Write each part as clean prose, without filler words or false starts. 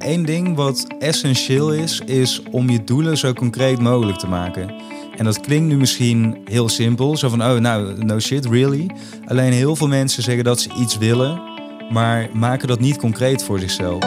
één ding wat essentieel is om je doelen zo concreet mogelijk te maken. En dat klinkt nu misschien heel simpel, zo van no shit, really. Alleen heel veel mensen zeggen dat ze iets willen, maar maken dat niet concreet voor zichzelf.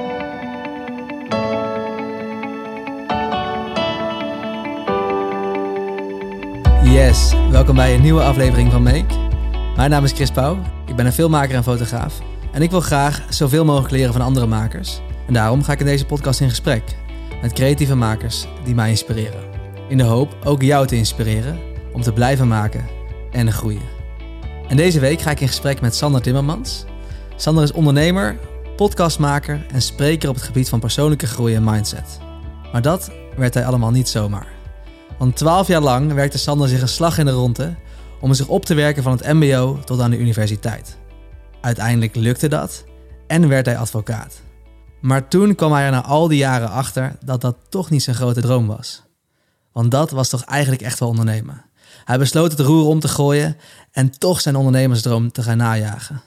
Yes, welkom bij een nieuwe aflevering van Make. Mijn naam is Chris Pauw, ik ben een filmmaker en fotograaf. En ik wil graag zoveel mogelijk leren van andere makers. En daarom ga ik in deze podcast in gesprek met creatieve makers die mij inspireren. In de hoop ook jou te inspireren om te blijven maken en groeien. En deze week ga ik in gesprek met Sander Timmermans. Sander is ondernemer, podcastmaker en spreker op het gebied van persoonlijke groei en mindset. Maar dat werd hij allemaal niet zomaar. Want 12 jaar lang werkte Sander zich een slag in de ronde om zich op te werken van het mbo tot aan de universiteit. Uiteindelijk lukte dat en werd hij advocaat. Maar toen kwam hij er na al die jaren achter dat dat toch niet zijn grote droom was. Want dat was toch eigenlijk echt wel ondernemen. Hij besloot het roer om te gooien en toch zijn ondernemersdroom te gaan najagen.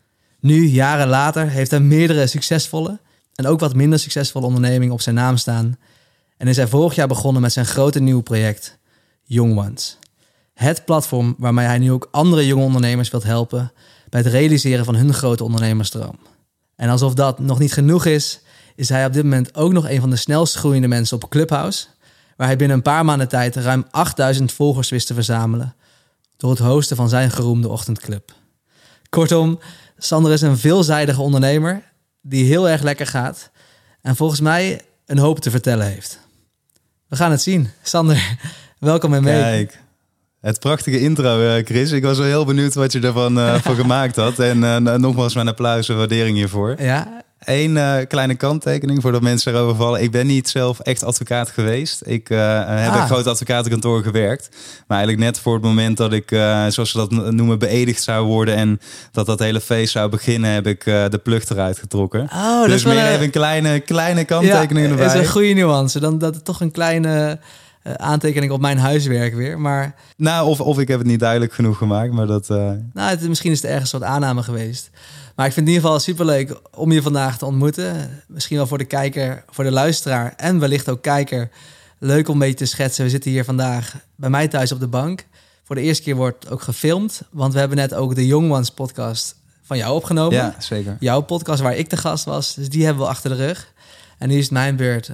Nu, jaren later, heeft hij meerdere succesvolle en ook wat minder succesvolle ondernemingen op zijn naam staan. En is hij vorig jaar begonnen met zijn grote nieuwe project, Young Ones. Het platform waarmee hij nu ook andere jonge ondernemers wilt helpen bij het realiseren van hun grote ondernemersdroom. En alsof dat nog niet genoeg is hij op dit moment ook nog een van de snelst groeiende mensen op Clubhouse, waar hij binnen een paar maanden tijd ruim 8000 volgers wist te verzamelen door het hosten van zijn geroemde ochtendclub. Kortom, Sander is een veelzijdige ondernemer die heel erg lekker gaat en volgens mij een hoop te vertellen heeft. We gaan het zien. Sander, welkom en mee. Kijk, het prachtige intro, Chris. Ik was wel heel benieuwd wat je daarvan van gemaakt had. En nogmaals mijn applaus en waardering hiervoor. Ja. Eén kleine kanttekening voordat mensen erover vallen. Ik ben niet zelf echt advocaat geweest. Ik heb in grote advocatenkantoor gewerkt. Maar eigenlijk net voor het moment dat ik, zoals ze dat noemen, beëdigd zou worden en dat hele feest zou beginnen, heb ik de plug eruit getrokken. Oh, dus meer even een kleine kanttekening erbij. Dat is een goede nuance. Dan dat het toch een kleine aantekening op mijn huiswerk weer. Maar of ik heb het niet duidelijk genoeg gemaakt, maar dat. Misschien is het ergens wat aanname geweest. Maar ik vind het in ieder geval superleuk om je vandaag te ontmoeten. Misschien wel voor de kijker, voor de luisteraar en wellicht ook kijker. Leuk om een beetje te schetsen. We zitten hier vandaag bij mij thuis op de bank. Voor de eerste keer wordt ook gefilmd. Want we hebben net ook de Young Ones podcast van jou opgenomen. Ja, zeker. Jouw podcast waar ik te gast was. Dus die hebben we achter de rug. En nu is het mijn beurt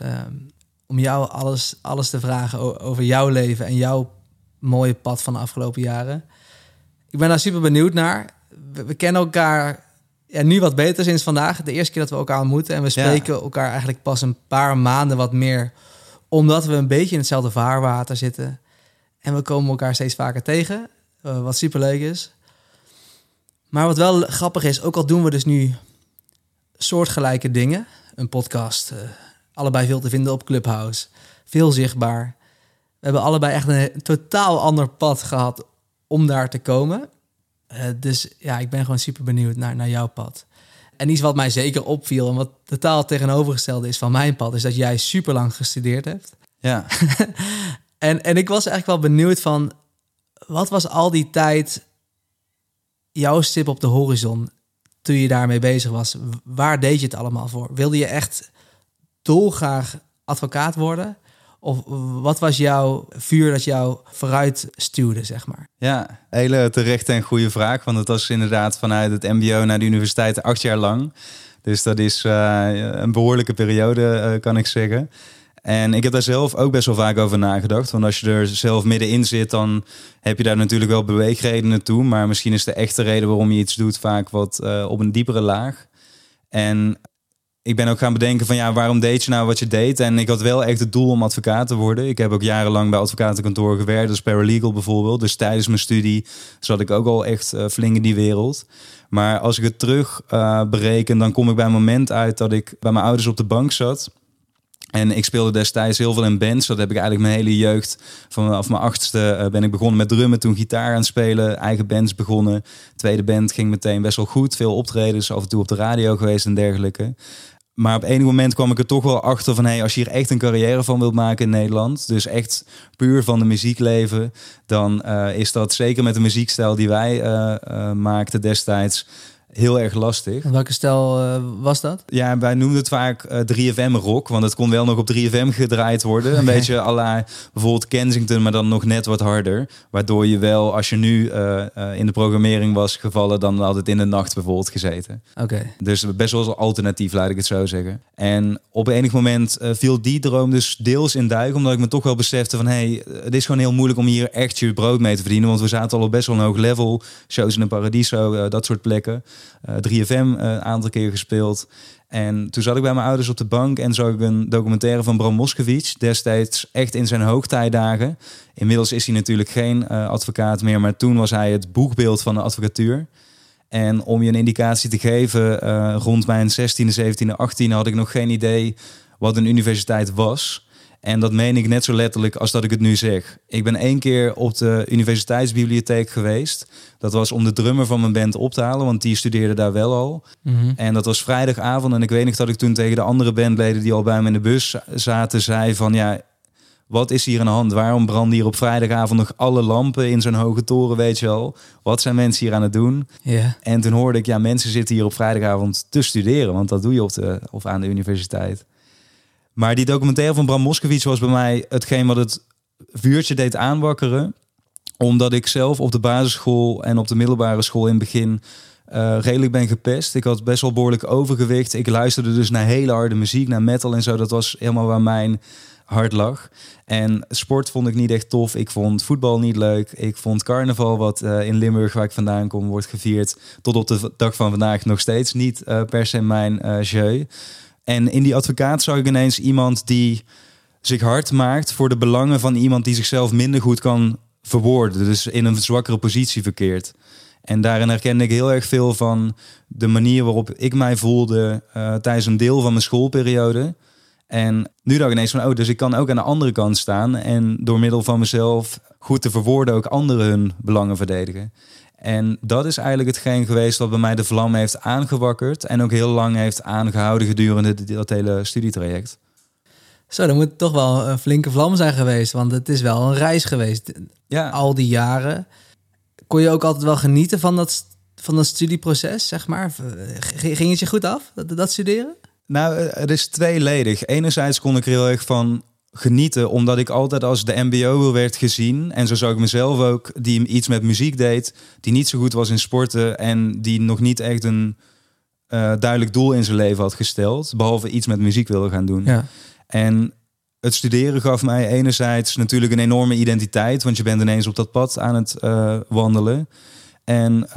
om jou alles te vragen over jouw leven en jouw mooie pad van de afgelopen jaren. Ik ben daar super benieuwd naar. We kennen elkaar nu wat beter sinds vandaag. De eerste keer dat we elkaar ontmoeten. En we spreken elkaar eigenlijk pas een paar maanden wat meer. Omdat we een beetje in hetzelfde vaarwater zitten. En we komen elkaar steeds vaker tegen. Wat superleuk is. Maar wat wel grappig is, ook al doen we dus nu soortgelijke dingen. Een podcast, allebei veel te vinden op Clubhouse. Veel zichtbaar. We hebben allebei echt een totaal ander pad gehad om daar te komen. Dus ja, ik ben gewoon super benieuwd naar jouw pad. En iets wat mij zeker opviel en wat totaal tegenovergestelde is van mijn pad, is dat jij super lang gestudeerd hebt. Ja. en ik was eigenlijk wel benieuwd van, wat was al die tijd jouw stip op de horizon toen je daarmee bezig was? Waar deed je het allemaal voor? Wilde je echt dolgraag advocaat worden? Of wat was jouw vuur dat jou vooruit stuwde, zeg maar? Ja, hele terechte en goede vraag. Want het was inderdaad vanuit het mbo naar de universiteit 8 jaar lang. Dus dat is een behoorlijke periode, kan ik zeggen. En ik heb daar zelf ook best wel vaak over nagedacht. Want als je er zelf middenin zit, dan heb je daar natuurlijk wel beweegredenen toe. Maar misschien is de echte reden waarom je iets doet vaak wat op een diepere laag. En ik ben ook gaan bedenken van waarom deed je nou wat je deed? En ik had wel echt het doel om advocaat te worden. Ik heb ook jarenlang bij advocatenkantoor gewerkt, als paralegal bijvoorbeeld. Dus tijdens mijn studie zat ik ook al echt flink in die wereld. Maar als ik het terug bereken, dan kom ik bij een moment uit dat ik bij mijn ouders op de bank zat. En ik speelde destijds heel veel in bands. Dat heb ik eigenlijk mijn hele jeugd. Vanaf mijn 8e ben ik begonnen met drummen. Toen gitaar aan het spelen. Eigen bands begonnen. Tweede band ging meteen best wel goed. Veel optredens. Af en toe op de radio geweest en dergelijke. Maar op enig moment kwam ik er toch wel achter van, als je hier echt een carrière van wilt maken in Nederland, dus echt puur van de muziek leven, dan is dat zeker met de muziekstijl die wij maakten destijds, heel erg lastig. En welke stijl was dat? Ja, wij noemden het vaak 3FM rock, want het kon wel nog op 3FM gedraaid worden. Een beetje à la bijvoorbeeld Kensington, maar dan nog net wat harder. Waardoor je wel, als je nu in de programmering was gevallen, dan had het in de nacht bijvoorbeeld gezeten. Oké. Dus best wel alternatief, laat ik het zo zeggen. En op enig moment viel die droom dus deels in duigen, omdat ik me toch wel besefte van, het is gewoon heel moeilijk om hier echt je brood mee te verdienen, want we zaten al op best wel een hoog level. Shows in een Paradiso, dat soort plekken. 3FM een aantal keer gespeeld. En toen zat ik bij mijn ouders op de bank en zag ik een documentaire van Bram Moskowitz, destijds echt in zijn hoogtijdagen. Inmiddels is hij natuurlijk geen advocaat meer, maar toen was hij het boegbeeld van de advocatuur. En om je een indicatie te geven, rond mijn 16e, 17e, 18e had ik nog geen idee wat een universiteit was. En dat meen ik net zo letterlijk als dat ik het nu zeg. Ik ben 1 keer op de universiteitsbibliotheek geweest. Dat was om de drummer van mijn band op te halen, want die studeerde daar wel al. Mm-hmm. En dat was vrijdagavond. En ik weet nog dat ik toen tegen de andere bandleden die al bij me in de bus zaten, zei van ja, wat is hier aan de hand? Waarom branden hier op vrijdagavond nog alle lampen in zo'n hoge toren, weet je wel? Wat zijn mensen hier aan het doen? Yeah. En toen hoorde ik, ja, mensen zitten hier op vrijdagavond te studeren, want dat doe je op aan de universiteit. Maar die documentaire van Bram Moskowitz was bij mij hetgeen wat het vuurtje deed aanwakkeren. Omdat ik zelf op de basisschool en op de middelbare school in het begin redelijk ben gepest. Ik had best wel behoorlijk overgewicht. Ik luisterde dus naar hele harde muziek, naar metal en zo. Dat was helemaal waar mijn hart lag. En sport vond ik niet echt tof. Ik vond voetbal niet leuk. Ik vond carnaval, wat in Limburg, waar ik vandaan kom, wordt gevierd, tot op de dag van vandaag nog steeds niet per se mijn jeu. En in die advocaat zag ik ineens iemand die zich hard maakt voor de belangen van iemand die zichzelf minder goed kan verwoorden. Dus in een zwakkere positie verkeert. En daarin herkende ik heel erg veel van de manier waarop ik mij voelde tijdens een deel van mijn schoolperiode. En nu dacht ik ineens van, dus ik kan ook aan de andere kant staan en door middel van mezelf goed te verwoorden ook anderen hun belangen verdedigen. En dat is eigenlijk hetgeen geweest wat bij mij de vlam heeft aangewakkerd en ook heel lang heeft aangehouden gedurende dat hele studietraject. Zo, dat moet toch wel een flinke vlam zijn geweest, want het is wel een reis geweest. Ja. Al die jaren. Kon je ook altijd wel genieten van dat studieproces, zeg maar? Ging het je goed af, dat studeren? Nou, het is tweeledig. Enerzijds kon ik er heel erg van genieten, omdat ik altijd als de mbo werd gezien. En zo zag ik mezelf ook, die iets met muziek deed, die niet zo goed was in sporten en die nog niet echt een duidelijk doel in zijn leven had gesteld, behalve iets met muziek wilde gaan doen. Ja. En het studeren gaf mij enerzijds natuurlijk een enorme identiteit, want je bent ineens op dat pad aan het wandelen. En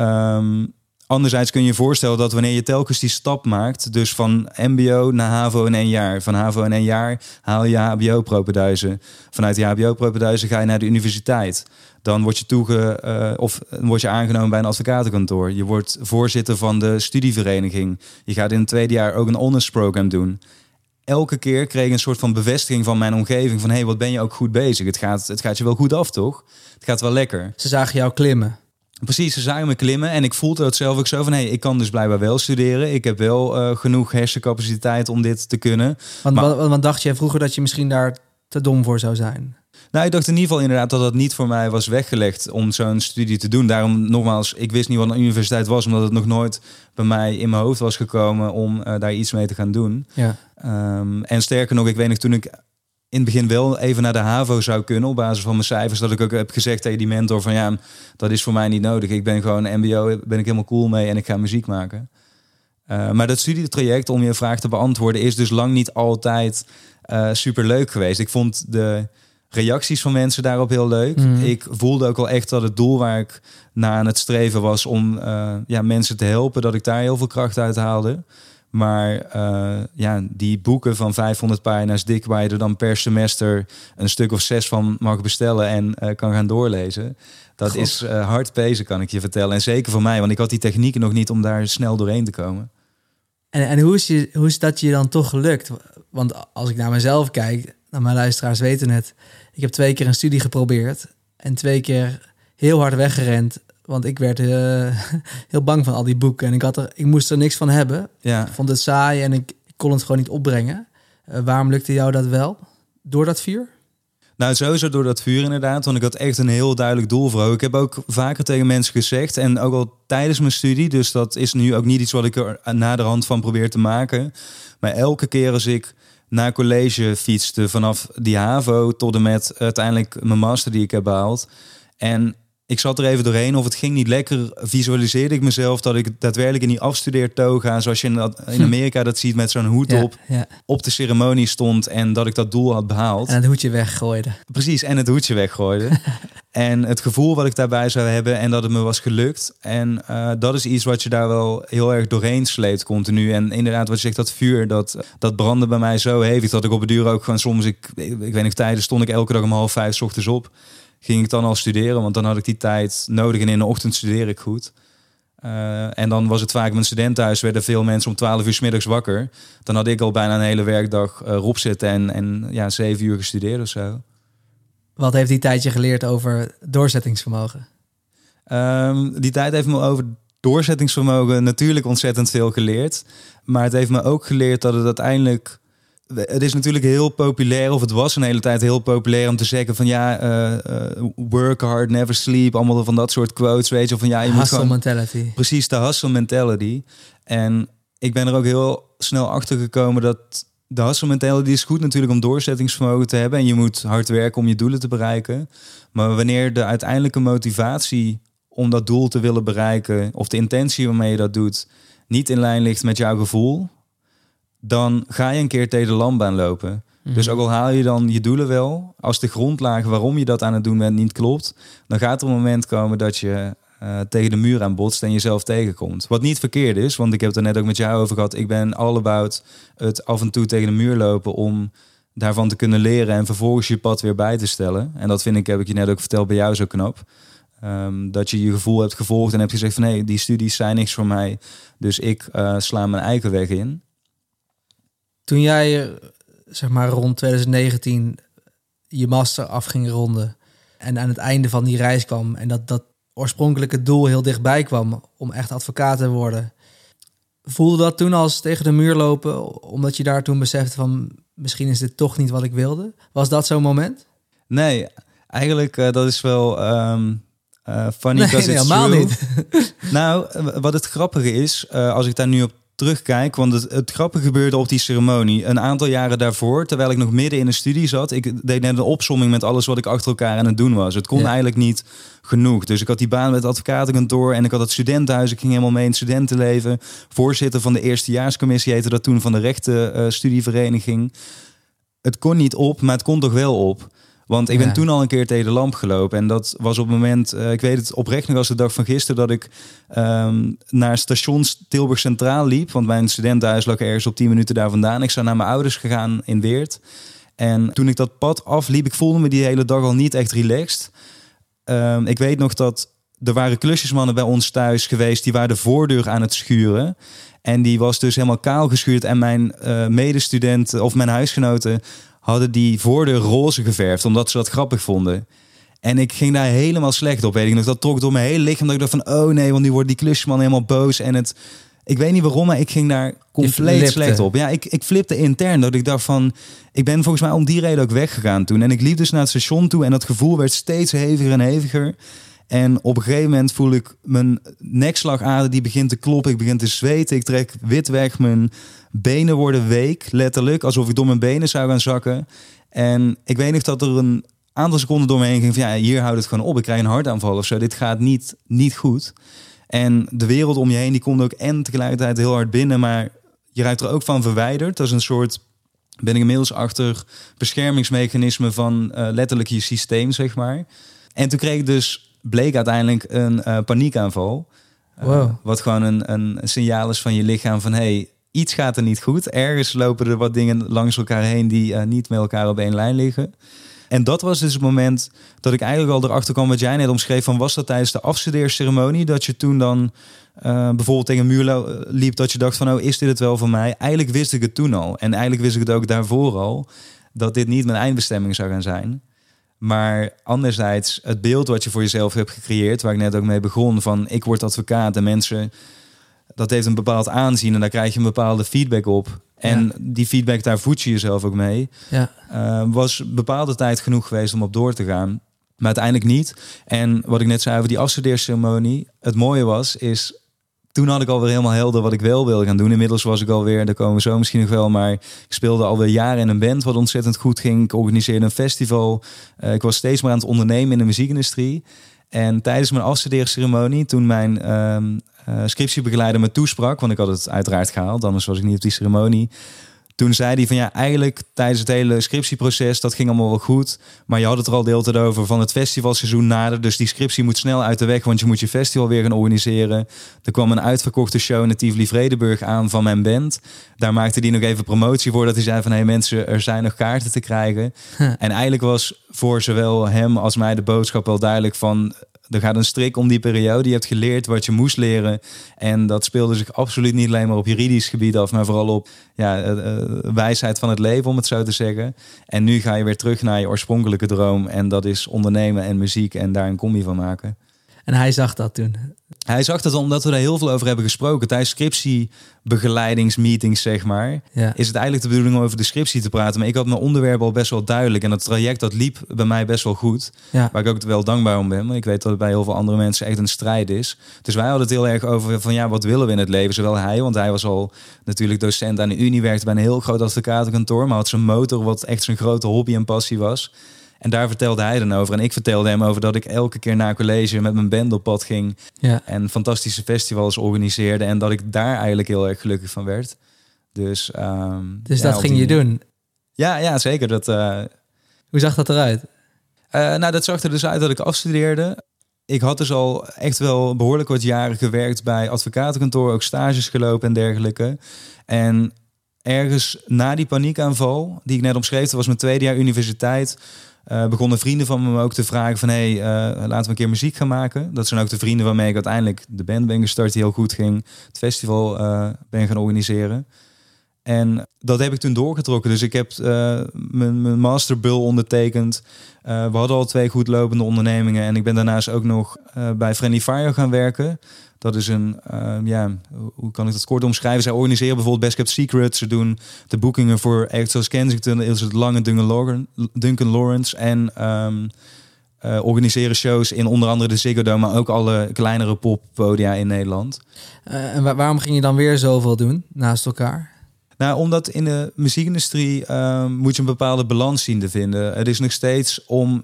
anderzijds kun je je voorstellen dat wanneer je telkens die stap maakt, dus van mbo naar havo in 1 jaar, van havo in 1 jaar haal je hbo-propeduizen. Vanuit die hbo-propeduizen ga je naar de universiteit. Dan word je word je aangenomen bij een advocatenkantoor. Je wordt voorzitter van de studievereniging. Je gaat in het 2e jaar ook een honors program doen. Elke keer kreeg ik een soort van bevestiging van mijn omgeving van, wat ben je ook goed bezig? Het gaat je wel goed af, toch? Het gaat wel lekker. Ze zagen jou klimmen. Precies, ze zagen me klimmen en ik voelde het zelf ook zo van, ik kan dus blijkbaar wel studeren. Ik heb wel genoeg hersencapaciteit om dit te kunnen. Want dacht je vroeger dat je misschien daar te dom voor zou zijn? Nou, ik dacht in ieder geval inderdaad dat het niet voor mij was weggelegd om zo'n studie te doen. Daarom nogmaals, ik wist niet wat een universiteit was, omdat het nog nooit bij mij in mijn hoofd was gekomen om daar iets mee te gaan doen. Ja. En sterker nog, ik weet nog toen ik in het begin wel even naar de HAVO zou kunnen op basis van mijn cijfers, dat ik ook heb gezegd tegen die mentor van dat is voor mij niet nodig. Ik ben gewoon mbo, ben ik helemaal cool mee en ik ga muziek maken. Maar dat studietraject, om je vraag te beantwoorden, is dus lang niet altijd super leuk geweest. Ik vond de reacties van mensen daarop heel leuk. Mm. Ik voelde ook wel echt dat het doel waar ik naar aan het streven was om mensen te helpen, dat ik daar heel veel kracht uit haalde. Maar die boeken van 500 pagina's dik, waar je er dan per semester een stuk of 6 van mag bestellen en kan gaan doorlezen, dat is hard pezen, kan ik je vertellen. En zeker voor mij, want ik had die technieken nog niet om daar snel doorheen te komen. En hoe is dat je dan toch gelukt? Want als ik naar mezelf kijk, nou, mijn luisteraars weten het, ik heb 2 keer een studie geprobeerd en 2 keer heel hard weggerend. Want ik werd heel bang van al die boeken. En ik moest er niks van hebben. Ja. Ik vond het saai en ik kon het gewoon niet opbrengen. Waarom lukte jou dat wel? Door dat vuur? Nou, sowieso door dat vuur inderdaad. Want ik had echt een heel duidelijk doel voor ogen. Ik heb ook vaker tegen mensen gezegd. En ook al tijdens mijn studie. Dus dat is nu ook niet iets wat ik er naderhand van probeer te maken. Maar elke keer als ik naar college fietste. Vanaf die HAVO tot en met uiteindelijk mijn master die ik heb behaald. En ik zat er even doorheen of het ging niet lekker. Visualiseerde ik mezelf dat ik daadwerkelijk in die afstudeertoga, zoals je in Amerika dat ziet met zo'n hoed op de ceremonie stond en dat ik dat doel had behaald. En het hoedje weggooide. Precies, en het hoedje weggooide. En het gevoel wat ik daarbij zou hebben en dat het me was gelukt. En dat is iets wat je daar wel heel erg doorheen sleept continu. En inderdaad, wat je zegt, dat vuur, dat brandde bij mij zo hevig dat ik op het duur ook gewoon soms, ik weet niet, tijden stond ik elke dag om 5:30 's ochtends op. Ging ik dan al studeren, want dan had ik die tijd nodig en in de ochtend studeer ik goed. En dan was het vaak mijn studentenhuis, werden veel mensen om 12 uur 's middags wakker. Dan had ik al bijna een hele werkdag erop zitten en 7 uur gestudeerd of zo. Wat heeft die tijd je geleerd over doorzettingsvermogen? Die tijd heeft me over doorzettingsvermogen natuurlijk ontzettend veel geleerd. Maar het heeft me ook geleerd dat het uiteindelijk... Het is natuurlijk heel populair, of het was een hele tijd heel populair om te zeggen van work hard, never sleep. Allemaal van dat soort quotes, weet je. Van je moet gewoon... mentality. Precies, de hustle mentality. En ik ben er ook heel snel achter gekomen dat de hustle mentality is goed natuurlijk om doorzettingsvermogen te hebben. En je moet hard werken om je doelen te bereiken. Maar wanneer de uiteindelijke motivatie om dat doel te willen bereiken, of de intentie waarmee je dat doet, niet in lijn ligt met jouw gevoel, dan ga je een keer tegen de landbaan lopen. Mm-hmm. Dus ook al haal je dan je doelen wel, als de grondlaag waarom je dat aan het doen bent niet klopt, dan gaat er een moment komen dat je tegen de muur aan botst en jezelf tegenkomt. Wat niet verkeerd is, want ik heb het er net ook met jou over gehad. Ik ben all about het af en toe tegen de muur lopen om daarvan te kunnen leren en vervolgens je pad weer bij te stellen. En dat vind ik, heb ik je net ook verteld, bij jou zo knap. Dat je je gevoel hebt gevolgd en hebt gezegd van nee, die studies zijn niks voor mij. Dus ik sla mijn eigen weg in. Toen jij, zeg maar rond 2019, je master af ging ronden en aan het einde van die reis kwam en dat oorspronkelijke doel heel dichtbij kwam om echt advocaat te worden, voelde dat toen als tegen de muur lopen, omdat je daar toen besefte van misschien is dit toch niet wat ik wilde? Was dat zo'n moment? Nee, eigenlijk dat is wel funny. Nee, helemaal niet. Nou, wat het grappige is, als ik daar nu op terugkijk, want het grappige gebeurde op die ceremonie een aantal jaren daarvoor, terwijl ik nog midden in een studie zat. Ik deed net een opsomming met alles wat ik achter elkaar aan het doen was. Het kon eigenlijk niet genoeg. Dus ik had die baan met het advocatenkantoor en ik had het studentenhuis. Ik ging helemaal mee in het studentenleven. Voorzitter van de eerstejaarscommissie heette dat toen, van de rechtenstudievereniging. Het kon niet op, maar het kon toch wel op. Want ik ben toen al een keer tegen de lamp gelopen. En dat was op het moment, ik weet het oprecht nog als de dag van gisteren, dat ik naar stations Tilburg Centraal liep. Want mijn studentenhuis lag ergens op 10 minuten daar vandaan. Ik zou naar mijn ouders gegaan in Weert. En toen ik dat pad afliep, ik voelde me die hele dag al niet echt relaxed. Ik weet nog dat er waren klusjesmannen bij ons thuis geweest. Die waren de voordeur aan het schuren. En die was dus helemaal kaal geschuurd. En mijn medestudenten of mijn huisgenoten hadden die voordeur roze geverfd, omdat ze dat grappig vonden. En ik ging daar helemaal slecht op, weet ik nog. Dat trok door mijn hele lichaam, dat ik dacht van, oh nee, want nu wordt die klusjesman helemaal boos. En ik weet niet waarom, maar ik ging daar compleet slecht op. Ja, ik flipte intern, dat ik dacht van, ik ben volgens mij om die reden ook weggegaan toen. En ik liep dus naar het station toe en dat gevoel werd steeds heviger en heviger. En op een gegeven moment voel ik mijn nekslagader die begint te kloppen. Ik begin te zweten, ik trek wit weg, mijn benen worden week, letterlijk, alsof ik door mijn benen zou gaan zakken. En ik weet nog dat er een aantal seconden door me heen ging van, ja, hier houdt het gewoon op. Ik krijg een hartaanval of zo. Dit gaat niet goed. En de wereld om je heen, die komt ook en tegelijkertijd heel hard binnen, maar je raakt er ook van verwijderd. Dat is een soort, ben ik inmiddels achter, beschermingsmechanisme van letterlijk je systeem, zeg maar. En toen kreeg ik dus, bleek uiteindelijk een paniekaanval. Wow. Wat gewoon een signaal is van je lichaam van, hey, iets gaat er niet goed. Ergens lopen er wat dingen langs elkaar heen die niet met elkaar op één lijn liggen. En dat was dus het moment dat ik eigenlijk al erachter kwam wat jij net omschreef. Van, was dat tijdens de afstudeerceremonie dat je toen dan bijvoorbeeld tegen een muur liep, dat je dacht van, oh, is dit het wel voor mij? Eigenlijk wist ik het toen al. En eigenlijk wist ik het ook daarvoor al, dat dit niet mijn eindbestemming zou gaan zijn. Maar anderzijds, het beeld wat je voor jezelf hebt gecreëerd, waar ik net ook mee begon, van ik word advocaat en mensen, dat heeft een bepaald aanzien en daar krijg je een bepaalde feedback op. En die feedback, daar voed je jezelf ook mee. Ja. Was bepaalde tijd genoeg geweest om op door te gaan. Maar uiteindelijk niet. En wat ik net zei over die afstudeerceremonie. Het mooie is... Toen had ik alweer helemaal helder wat ik wel wilde gaan doen. Inmiddels was ik alweer, daar komen we zo misschien nog wel... maar ik speelde alweer jaren in een band wat ontzettend goed ging. Ik organiseerde een festival. Ik was steeds meer aan het ondernemen in de muziekindustrie. En tijdens mijn afstudeerceremonie, toen mijn scriptiebegeleider me toesprak... want ik had het uiteraard gehaald, anders was ik niet op die ceremonie... Toen zei hij van ja, eigenlijk tijdens het hele scriptieproces, dat ging allemaal wel goed. Maar je had het er al de hele tijd over van het festivalseizoen nader. Dus die scriptie moet snel uit de weg, want je moet je festival weer gaan organiseren. Er kwam een uitverkochte show in het Tivoli Vredenburg aan van mijn band. Daar maakte hij nog even promotie voor. Dat hij zei van hey mensen, er zijn nog kaarten te krijgen. En eigenlijk was voor zowel hem als mij de boodschap wel duidelijk van... Er gaat een strik om die periode. Je hebt geleerd wat je moest leren. En dat speelde zich absoluut niet alleen maar op juridisch gebied af... maar vooral op wijsheid van het leven, om het zo te zeggen. En nu ga je weer terug naar je oorspronkelijke droom. En dat is ondernemen en muziek en daar een combi van maken. En hij zag dat toen? Hij zag dat omdat we daar heel veel over hebben gesproken. Tijdens scriptiebegeleidingsmeetings, zeg maar... is het eigenlijk de bedoeling om over de scriptie te praten. Maar ik had mijn onderwerp al best wel duidelijk. En het traject dat liep bij mij best wel goed. Ja. Waar ik ook wel dankbaar om ben. Maar ik weet dat het bij heel veel andere mensen echt een strijd is. Dus wij hadden het heel erg over van ja, wat willen we in het leven? Zowel hij, want hij was al natuurlijk docent aan de Unie... werkte bij een heel groot advocatenkantoor... maar had zijn motor wat echt zijn grote hobby en passie was... En daar vertelde hij dan over. En ik vertelde hem over dat ik elke keer na college met mijn band op pad ging. Ja. En fantastische festivals organiseerde. En dat ik daar eigenlijk heel erg gelukkig van werd. Dus dat ging je doen? Ja, zeker. Hoe zag dat eruit? Dat zag er dus uit dat ik afstudeerde. Ik had dus al echt wel behoorlijk wat jaren gewerkt bij advocatenkantoor. Ook stages gelopen en dergelijke. En ergens na die paniekaanval, die ik net omschreef... dat was mijn tweede jaar universiteit... begonnen vrienden van me ook te vragen van... laten we een keer muziek gaan maken. Dat zijn ook de vrienden waarmee ik uiteindelijk de band ben gestart... die heel goed ging. Het festival ben gaan organiseren. En dat heb ik toen doorgetrokken. Dus ik heb mijn masterbill ondertekend. We hadden al 2 goed lopende ondernemingen. En ik ben daarnaast ook nog bij Friendly Fire gaan werken... Dat is hoe kan ik dat kort omschrijven? Zij organiseren bijvoorbeeld Best Kept Secret. Ze doen de boekingen voor acts zoals Kensington, Ilse de Lange, Duncan Lawrence. En organiseren shows in onder andere de Ziggo Dome, maar ook alle kleinere poppodia in Nederland. En waarom ging je dan weer zoveel doen naast elkaar? Nou, omdat in de muziekindustrie moet je een bepaalde balans zien te vinden. Het is nog steeds om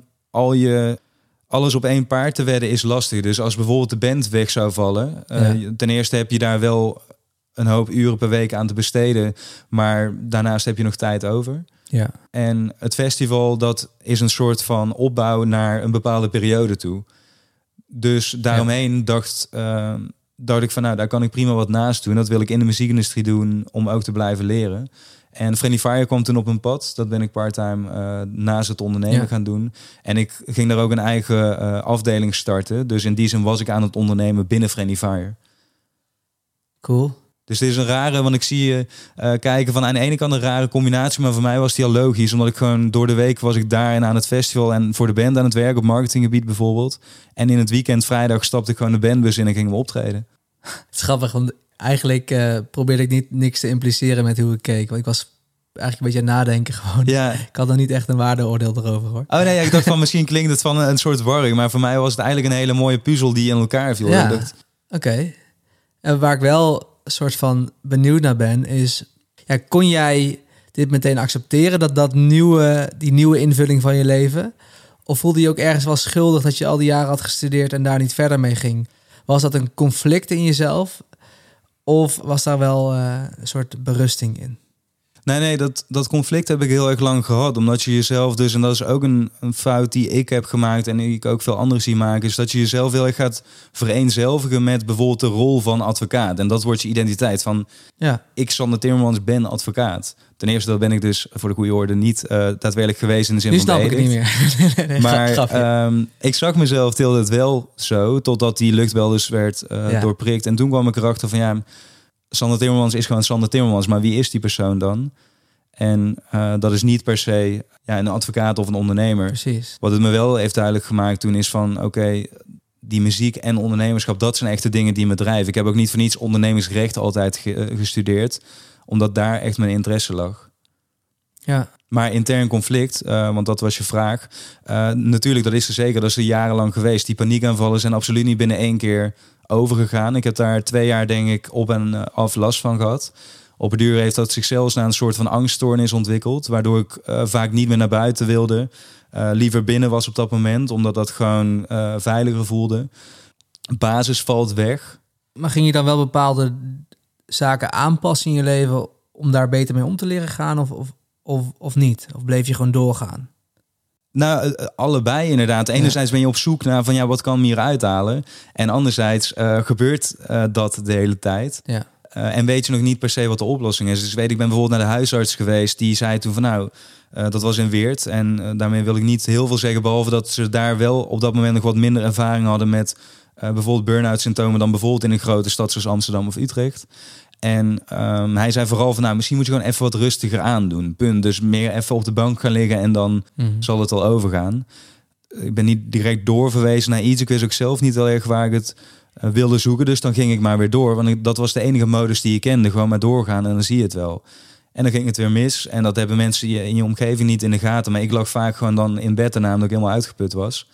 alles op één paard te wedden is lastig. Dus als bijvoorbeeld de band weg zou vallen... ten eerste heb je daar wel een hoop uren per week aan te besteden... maar daarnaast heb je nog tijd over. Ja. En het festival, dat is een soort van opbouw naar een bepaalde periode toe. Dus daaromheen dacht ik van... nou, daar kan ik prima wat naast doen. Dat wil ik in de muziekindustrie doen om ook te blijven leren... En Friendly Fire kwam toen op een pad. Dat ben ik parttime naast het ondernemen gaan doen. En ik ging daar ook een eigen afdeling starten. Dus in die zin was ik aan het ondernemen binnen Friendly Fire. Cool. Dus het is een rare, want ik zie je kijken van aan de ene kant een rare combinatie. Maar voor mij was die al logisch. Omdat ik gewoon door de week was ik daar en aan het festival en voor de band aan het werk op marketinggebied bijvoorbeeld. En in het weekend, vrijdag, stapte ik gewoon de bandbus in en gingen we optreden. Het is grappig, want eigenlijk probeerde ik niks te impliceren met hoe ik keek. Want ik was eigenlijk een beetje aan het nadenken gewoon. Ja. Ik had nog niet echt een waardeoordeel erover, hoor. Oh nee, ik dacht van misschien klinkt het van een soort warring. Maar voor mij was het eigenlijk een hele mooie puzzel die in elkaar viel. Ja, oké. En waar ik wel een soort van benieuwd naar ben is... Ja, kon jij dit meteen accepteren, die nieuwe invulling van je leven? Of voelde je ook ergens wel schuldig dat je al die jaren had gestudeerd en daar niet verder mee ging? Was dat een conflict in jezelf? Of was daar wel een soort berusting in? Nee, dat conflict heb ik heel erg lang gehad. Omdat je jezelf dus, en dat is ook een fout die ik heb gemaakt... en die ik ook veel anderen zie maken... is dat je jezelf heel erg gaat vereenzelvigen met bijvoorbeeld de rol van advocaat. En dat wordt je identiteit van... Ik, Sander Timmermans, ben advocaat. Ten eerste, dat ben ik dus voor de goede orde niet daadwerkelijk geweest in de zin nu van... Nu snap ik het niet meer. Nee, maar ik zag mezelf til het wel zo... totdat die luchtbel dus werd doorprikt. En toen kwam ik erachter van Sander Timmermans is gewoon Sander Timmermans, maar wie is die persoon dan? En dat is niet per se een advocaat of een ondernemer. Precies. Wat het me wel heeft duidelijk gemaakt toen is van... oké, die muziek en ondernemerschap, dat zijn echt de dingen die me drijven. Ik heb ook niet voor niets ondernemingsrecht altijd gestudeerd. Omdat daar echt mijn interesse lag. Ja. Maar intern conflict, want dat was je vraag. Natuurlijk, dat is er zeker. Dat is er jarenlang geweest. Die paniekaanvallen zijn absoluut niet binnen 1 keer overgegaan. Ik heb daar 2 jaar, denk ik, op en af last van gehad. Op het duur heeft dat zich zelfs naar een soort van angststoornis ontwikkeld. Waardoor ik vaak niet meer naar buiten wilde. Liever binnen was op dat moment, omdat dat gewoon veiliger voelde. Basis valt weg. Maar ging je dan wel bepaalde zaken aanpassen in je leven om daar beter mee om te leren gaan of niet? Of bleef je gewoon doorgaan? Nou, allebei inderdaad. Enerzijds ben je op zoek naar van wat kan me hier uithalen. En anderzijds gebeurt dat de hele tijd. Ja. En weet je nog niet per se wat de oplossing is. Dus ik ben bijvoorbeeld naar de huisarts geweest. Die zei toen van dat was in Weert. En daarmee wil ik niet heel veel zeggen. Behalve dat ze daar wel op dat moment nog wat minder ervaring hadden met bijvoorbeeld burn-out symptomen dan bijvoorbeeld in een grote stad zoals Amsterdam of Utrecht. En hij zei vooral van misschien moet je gewoon even wat rustiger aandoen. Punt. Dus meer even op de bank gaan liggen en dan zal het al overgaan. Ik ben niet direct doorverwezen naar iets. Ik wist ook zelf niet heel erg waar ik het wilde zoeken. Dus dan ging ik maar weer door. Want dat was de enige modus die je kende. Gewoon maar doorgaan en dan zie je het wel. En dan ging het weer mis. En dat hebben mensen in je omgeving niet in de gaten. Maar ik lag vaak gewoon dan in bed daarna omdat ik helemaal uitgeput was.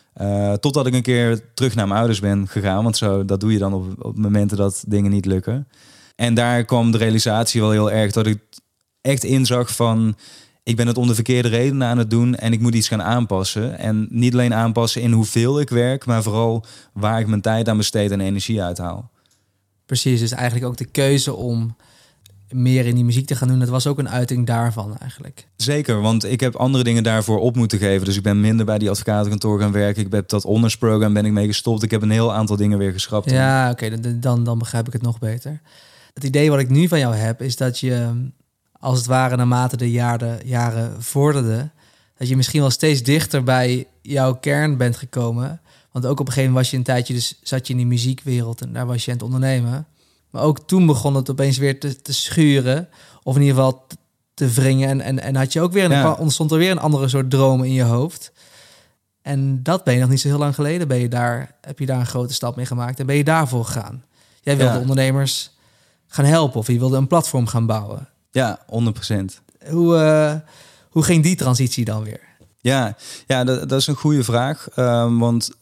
Totdat ik een keer terug naar mijn ouders ben gegaan. Want dat doe je dan op momenten dat dingen niet lukken. En daar kwam de realisatie wel heel erg dat ik echt inzag van ik ben het om de verkeerde redenen aan het doen en ik moet iets gaan aanpassen. En niet alleen aanpassen in hoeveel ik werk, maar vooral waar ik mijn tijd aan besteed en energie uithaal. Precies, dus eigenlijk ook de keuze om meer in die muziek te gaan doen, dat was ook een uiting daarvan eigenlijk. Zeker, want ik heb andere dingen daarvoor op moeten geven. Dus ik ben minder bij die advocatenkantoor gaan werken. Ik heb dat honors-programma ben ik mee gestopt. Ik heb een heel aantal dingen weer geschrapt. Ja, oké, dan begrijp ik het nog beter. Het idee wat ik nu van jou heb, is dat je, als het ware naarmate de jaren vorderden, dat je misschien wel steeds dichter bij jouw kern bent gekomen. Want ook op een gegeven moment was je een tijdje, dus zat je in die muziekwereld en daar was je aan het ondernemen. Maar ook toen begon het opeens weer te schuren, of in ieder geval te wringen. En had je ook weer ontstond er weer een andere soort droom in je hoofd. En dat ben je nog niet zo heel lang geleden. Heb je daar een grote stap mee gemaakt en ben je daarvoor gegaan. Jij wilde ondernemers gaan helpen of je wilde een platform gaan bouwen. Ja, 100%. Hoe ging die transitie dan weer? Ja, dat is een goede vraag. Want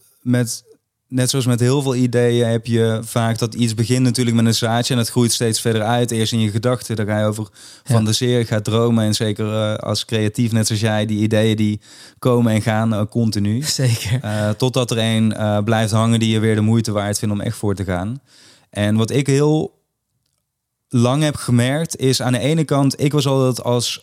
net zoals met heel veel ideeën heb je vaak dat iets begint natuurlijk met een zaadje en het groeit steeds verder uit. Eerst in je gedachten, daar ga je over fantaseren, ga dromen. En zeker als creatief, net zoals jij, die ideeën die komen en gaan continu. Zeker. Totdat er een blijft hangen die je weer de moeite waard vindt om echt voor te gaan. En wat ik heel lang heb gemerkt is aan de ene kant, ik was altijd als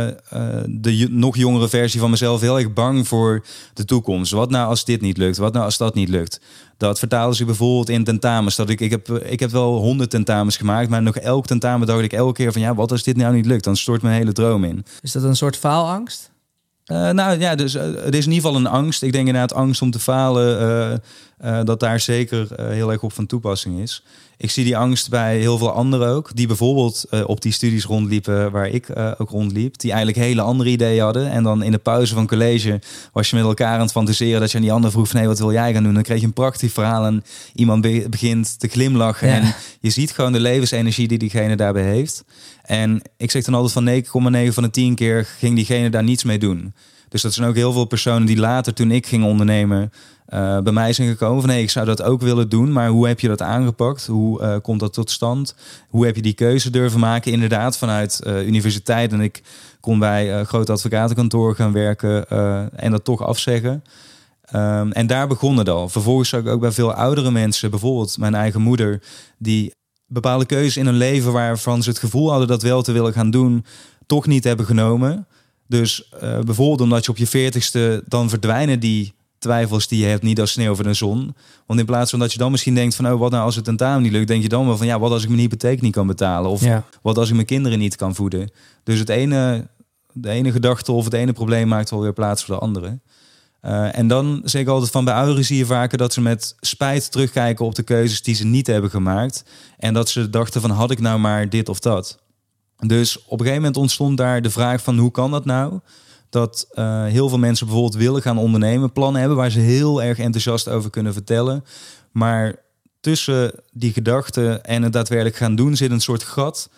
de nog jongere versie van mezelf heel erg bang voor de toekomst. Wat nou als dit niet lukt? Wat nou als dat niet lukt? Dat vertaalde zich bijvoorbeeld in tentamens. Dat ik heb wel 100 tentamens gemaakt, maar nog elk tentamen dacht ik elke keer van wat als dit nou niet lukt? Dan stort mijn hele droom in. Is dat een soort faalangst? Dus het is in ieder geval een angst. Ik denk inderdaad angst om te falen, dat daar zeker heel erg op van toepassing is. Ik zie die angst bij heel veel anderen ook, die bijvoorbeeld op die studies rondliepen waar ik ook rondliep, die eigenlijk hele andere ideeën hadden. En dan in de pauze van college was je met elkaar aan het fantaseren dat je aan die ander vroeg van wat wil jij gaan doen? Dan kreeg je een prachtig verhaal en iemand begint te glimlachen. Ja. En je ziet gewoon de levensenergie die diegene daarbij heeft. En ik zeg dan altijd van 9,9 van de 10 keer ging diegene daar niets mee doen. Dus dat zijn ook heel veel personen die later, toen ik ging ondernemen, bij mij zijn gekomen van ik zou dat ook willen doen, maar hoe heb je dat aangepakt? Hoe komt dat tot stand? Hoe heb je die keuze durven maken? Inderdaad, vanuit universiteit. En ik kon bij een groot advocatenkantoor gaan werken en dat toch afzeggen. En daar begon het al. Vervolgens zag ik ook bij veel oudere mensen, bijvoorbeeld mijn eigen moeder, die bepaalde keuzes in hun leven waarvan ze het gevoel hadden dat wel te willen gaan doen, toch niet hebben genomen. Dus bijvoorbeeld omdat je op je 40ste, dan verdwijnen die twijfels die je hebt niet als sneeuw voor de zon. Want in plaats van dat je dan misschien denkt van wat nou als het tentamen niet lukt, denk je dan wel van wat als ik mijn hypotheek niet kan betalen? Of wat als ik mijn kinderen niet kan voeden? Dus de ene gedachte of het ene probleem maakt wel weer plaats voor de andere. En dan zeg ik altijd van bij ouderen zie je vaker dat ze met spijt terugkijken op de keuzes die ze niet hebben gemaakt. En dat ze dachten van had ik nou maar dit of dat. Dus op een gegeven moment ontstond daar de vraag van hoe kan dat nou? Dat heel veel mensen bijvoorbeeld willen gaan ondernemen, plannen hebben waar ze heel erg enthousiast over kunnen vertellen. Maar tussen die gedachten en het daadwerkelijk gaan doen zit een soort gat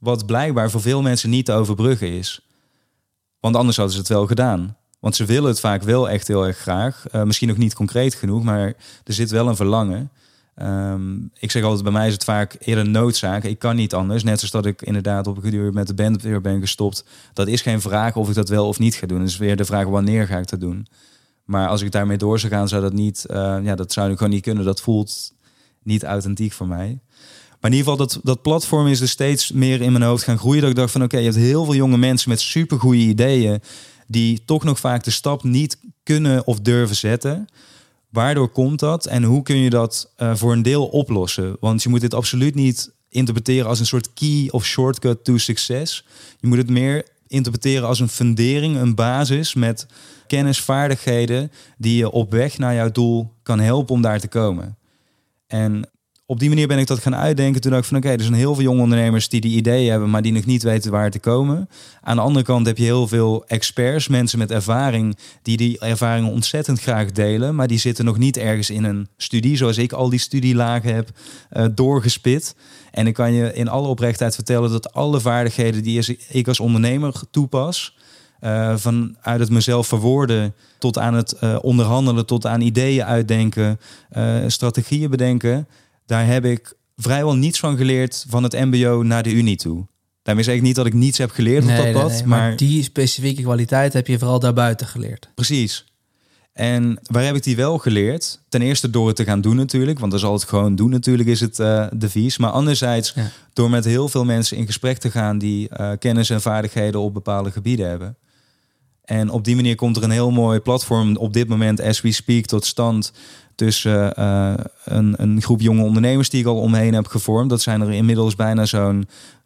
Wat blijkbaar voor veel mensen niet te overbruggen is. Want anders hadden ze het wel gedaan. Want ze willen het vaak wel echt heel erg graag. Misschien nog niet concreet genoeg, maar er zit wel een verlangen. Ik zeg altijd, bij mij is het vaak eerder een noodzaak. Ik kan niet anders. Net zoals dat ik inderdaad op een geduurde met de band weer ben gestopt. Dat is geen vraag of ik dat wel of niet ga doen. Het is weer de vraag wanneer ga ik dat doen. Maar als ik daarmee door zou gaan, zou dat niet... dat zou ik gewoon niet kunnen. Dat voelt niet authentiek voor mij. Maar in ieder geval, dat platform is dus steeds meer in mijn hoofd gaan groeien. Dat ik dacht van oké, je hebt heel veel jonge mensen met supergoeie ideeën die toch nog vaak de stap niet kunnen of durven zetten. Waardoor komt dat en hoe kun je dat voor een deel oplossen? Want je moet dit absoluut niet interpreteren als een soort key of shortcut to succes. Je moet het meer interpreteren als een fundering, een basis met kennis, vaardigheden die je op weg naar jouw doel kan helpen om daar te komen. En op die manier ben ik dat gaan uitdenken. Toen dacht ik van oké, er zijn heel veel jonge ondernemers die ideeën hebben, maar die nog niet weten waar te komen. Aan de andere kant heb je heel veel experts, mensen met ervaring, die ervaringen ontzettend graag delen, maar die zitten nog niet ergens in een studie, zoals ik al die studielagen heb doorgespit. En ik kan je in alle oprechtheid vertellen dat alle vaardigheden die ik als ondernemer toepas, vanuit het mezelf verwoorden tot aan het onderhandelen, tot aan ideeën uitdenken, strategieën bedenken, daar heb ik vrijwel niets van geleerd van het mbo naar de unie toe. Daarmee zeg ik niet dat ik niets heb geleerd op dat pad. Nee, maar die specifieke kwaliteit heb je vooral daarbuiten geleerd. Precies. En waar heb ik die wel geleerd? Ten eerste door het te gaan doen natuurlijk. Want dan zal het gewoon doen natuurlijk, is het devies. Maar anderzijds door met heel veel mensen in gesprek te gaan die kennis en vaardigheden op bepaalde gebieden hebben. En op die manier komt er een heel mooi platform op dit moment, as we speak, tot stand tussen een groep jonge ondernemers die ik al omheen heb gevormd. Dat zijn er inmiddels bijna zo'n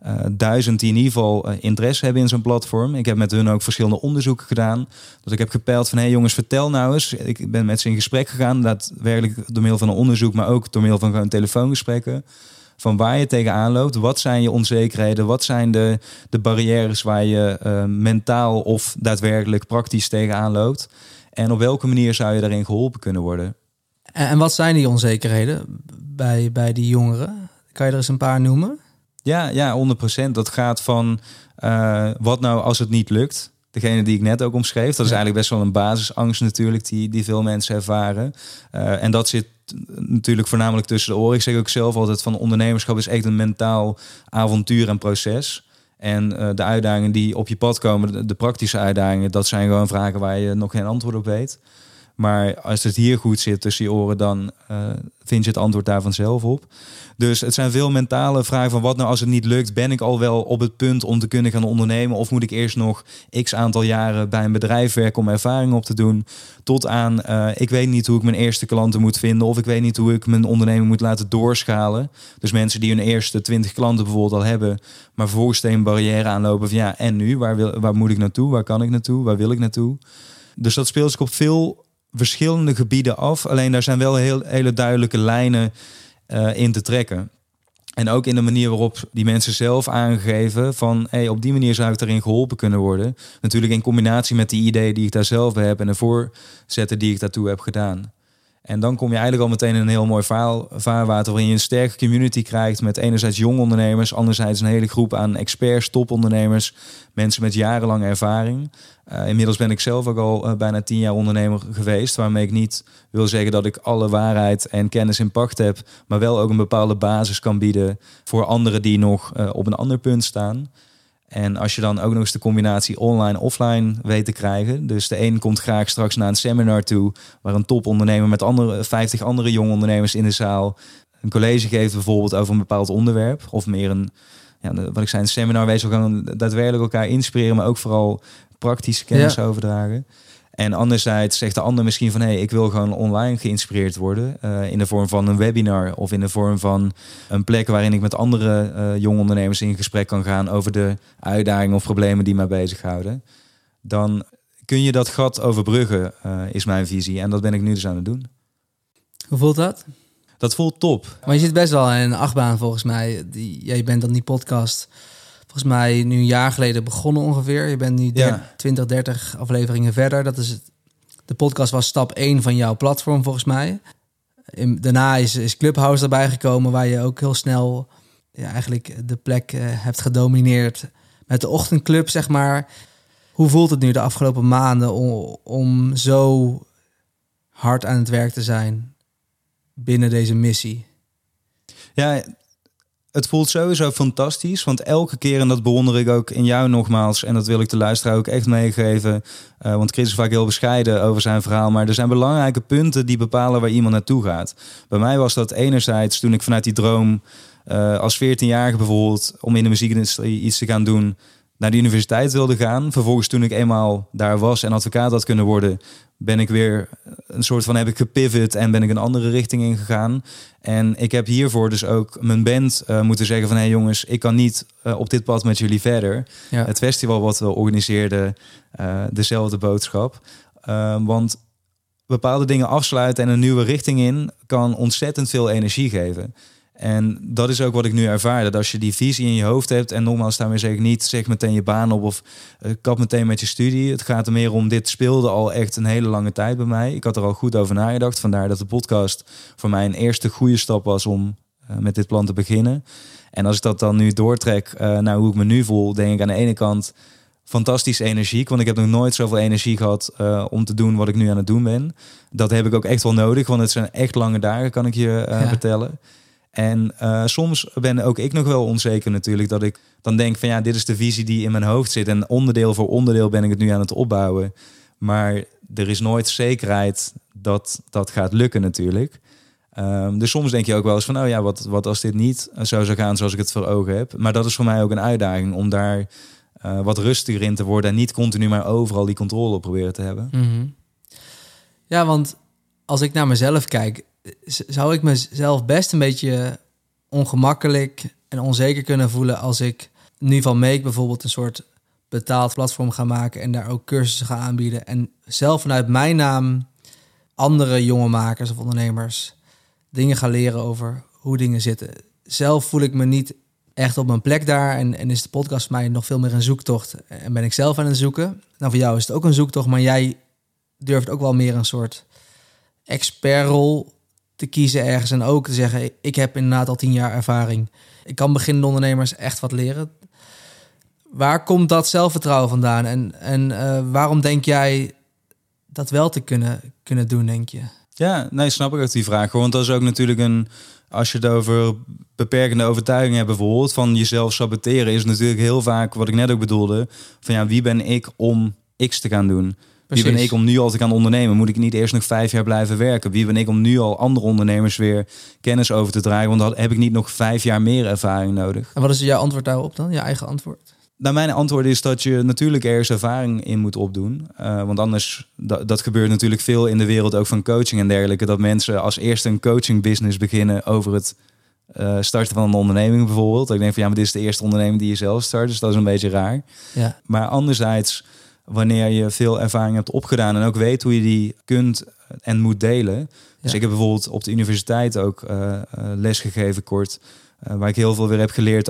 1000 die in ieder geval interesse hebben in zo'n platform. Ik heb met hun ook verschillende onderzoeken gedaan. Dus ik heb gepeild van, hey jongens, vertel nou eens. Ik ben met ze in gesprek gegaan, daadwerkelijk door middel van een onderzoek, maar ook door middel van gewoon telefoongesprekken. Van waar je tegenaan loopt, wat zijn je onzekerheden, wat zijn de barrières waar je mentaal of daadwerkelijk praktisch tegenaan loopt. En op welke manier zou je daarin geholpen kunnen worden? En wat zijn die onzekerheden bij die jongeren? Kan je er eens een paar noemen? Ja, 100%. Dat gaat van wat nou als het niet lukt? Degene die ik net ook omschreef. Dat is eigenlijk best wel een basisangst natuurlijk die veel mensen ervaren. En dat zit natuurlijk voornamelijk tussen de oren. Ik zeg ook zelf altijd van ondernemerschap is echt een mentaal avontuur en proces. En de uitdagingen die op je pad komen, de praktische uitdagingen, dat zijn gewoon vragen waar je nog geen antwoord op weet. Maar als het hier goed zit tussen je oren, dan vind je het antwoord daar vanzelf op. Dus het zijn veel mentale vragen van wat nou als het niet lukt? Ben ik al wel op het punt om te kunnen gaan ondernemen? Of moet ik eerst nog x aantal jaren bij een bedrijf werken om ervaring op te doen? Tot aan, ik weet niet hoe ik mijn eerste klanten moet vinden. Of ik weet niet hoe ik mijn onderneming moet laten doorschalen. Dus mensen die hun eerste 20 klanten bijvoorbeeld al hebben, maar vervolgens tegen een barrière aanlopen van ja, en nu? Waar moet ik naartoe? Waar kan ik naartoe? Waar wil ik naartoe? Dus dat speelt zich op veel verschillende gebieden af. Alleen daar zijn wel hele duidelijke lijnen in te trekken. En ook in de manier waarop die mensen zelf aangeven van hey, op die manier zou ik daarin geholpen kunnen worden. Natuurlijk in combinatie met die ideeën die ik daar zelf bij heb en de voorzetten die ik daartoe heb gedaan. En dan kom je eigenlijk al meteen in een heel mooi vaarwater waarin je een sterke community krijgt met enerzijds jonge ondernemers, anderzijds een hele groep aan experts, topondernemers, mensen met jarenlange ervaring. Inmiddels ben ik zelf ook al bijna 10 jaar ondernemer geweest, waarmee ik niet wil zeggen dat ik alle waarheid en kennis in pacht heb, maar wel ook een bepaalde basis kan bieden voor anderen die nog op een ander punt staan. En als je dan ook nog eens de combinatie online-offline weet te krijgen. Dus de een komt graag straks naar een seminar toe waar een topondernemer met 50 andere jonge ondernemers in de zaal een college geeft bijvoorbeeld over een bepaald onderwerp. Of meer wat ik zei, een seminar wees, we gaan daadwerkelijk elkaar inspireren, maar ook vooral praktische kennis overdragen. En anderzijds zegt de ander misschien van hey, ik wil gewoon online geïnspireerd worden. In de vorm van een webinar of in de vorm van een plek waarin ik met andere jonge ondernemers in gesprek kan gaan over de uitdagingen of problemen die mij bezighouden. Dan kun je dat gat overbruggen, is mijn visie. En dat ben ik nu dus aan het doen. Hoe voelt dat? Dat voelt top. Maar je zit best wel in een achtbaan volgens mij. Je bent dan die podcast volgens mij nu een jaar geleden begonnen ongeveer. Je bent nu 20, 30 afleveringen verder. De podcast was stap 1 van jouw platform volgens mij. Daarna is Clubhouse erbij gekomen, waar je ook heel snel eigenlijk de plek hebt gedomineerd met de ochtendclub, zeg maar. Hoe voelt het nu de afgelopen maanden om zo hard aan het werk te zijn binnen deze missie? Ja, het voelt sowieso fantastisch, want elke keer, en dat bewonder ik ook in jou nogmaals, en dat wil ik de luisteraar ook echt meegeven, want Chris is vaak heel bescheiden over zijn verhaal, maar er zijn belangrijke punten die bepalen waar iemand naartoe gaat. Bij mij was dat enerzijds toen ik vanuit die droom als 14-jarige bijvoorbeeld om in de muziekindustrie iets te gaan doen, naar de universiteit wilde gaan. Vervolgens toen ik eenmaal daar was en advocaat had kunnen worden, ben ik weer een soort van heb ik gepivot en ben ik een andere richting ingegaan. En ik heb hiervoor dus ook mijn band moeten zeggen van, hey jongens, ik kan niet op dit pad met jullie verder. Ja. Het festival wat we organiseerden, dezelfde boodschap. Want bepaalde dingen afsluiten en een nieuwe richting in kan ontzettend veel energie geven. En dat is ook wat ik nu ervaar. Dat als je die visie in je hoofd hebt, en nogmaals daarmee zeg ik niet, zeg meteen je baan op of kap meteen met je studie. Het gaat er meer om, dit speelde al echt een hele lange tijd bij mij. Ik had er al goed over nagedacht. Vandaar dat de podcast voor mij een eerste goede stap was om met dit plan te beginnen. En als ik dat dan nu doortrek naar hoe ik me nu voel, denk ik aan de ene kant fantastisch energiek. Want ik heb nog nooit zoveel energie gehad om te doen wat ik nu aan het doen ben. Dat heb ik ook echt wel nodig, want het zijn echt lange dagen, kan ik je vertellen. En soms ben ook ik nog wel onzeker natuurlijk, dat ik dan denk van ja, dit is de visie die in mijn hoofd zit. En onderdeel voor onderdeel ben ik het nu aan het opbouwen. Maar er is nooit zekerheid dat dat gaat lukken natuurlijk. Dus soms denk je ook wel eens van, oh ja, wat als dit niet zo zou gaan zoals ik het voor ogen heb. Maar dat is voor mij ook een uitdaging om daar wat rustiger in te worden en niet continu maar overal die controle op proberen te hebben. Mm-hmm. Ja, want als ik naar mezelf kijk, zou ik mezelf best een beetje ongemakkelijk en onzeker kunnen voelen als ik nu van Make bijvoorbeeld een soort betaald platform ga maken en daar ook cursussen ga aanbieden en zelf vanuit mijn naam andere jonge makers of ondernemers dingen ga leren over hoe dingen zitten. Zelf voel ik me niet echt op mijn plek daar en is de podcast voor mij nog veel meer een zoektocht en ben ik zelf aan het zoeken. Nou, voor jou is het ook een zoektocht, maar jij durft ook wel meer een soort expertrol te kiezen ergens en ook te zeggen, ik heb inderdaad al 10 jaar ervaring. Ik kan beginnende ondernemers echt wat leren. Waar komt dat zelfvertrouwen vandaan? En waarom denk jij dat wel te kunnen doen, denk je? Ja, nee, snap ik ook die vraag. Want dat is ook natuurlijk als je het over beperkende overtuigingen hebt bijvoorbeeld, van jezelf saboteren, is natuurlijk heel vaak, wat ik net ook bedoelde, van ja, wie ben ik om X te gaan doen? Precies. Wie ben ik om nu al te gaan ondernemen? Moet ik niet eerst nog 5 jaar blijven werken? Wie ben ik om nu al andere ondernemers weer kennis over te dragen? Want dan heb ik niet nog 5 jaar meer ervaring nodig. En wat is jouw antwoord daarop dan? Je eigen antwoord? Nou, mijn antwoord is dat je natuurlijk ergens ervaring in moet opdoen. Want anders, dat gebeurt natuurlijk veel in de wereld ook van coaching en dergelijke. Dat mensen als eerste een coaching business beginnen over het starten van een onderneming bijvoorbeeld. Ik denk van ja, maar dit is de eerste onderneming die je zelf start. Dus dat is een beetje raar. Ja. Maar anderzijds, wanneer je veel ervaring hebt opgedaan en ook weet hoe je die kunt en moet delen. Dus ik heb bijvoorbeeld op de universiteit ook les gegeven kort, waar ik heel veel weer heb geleerd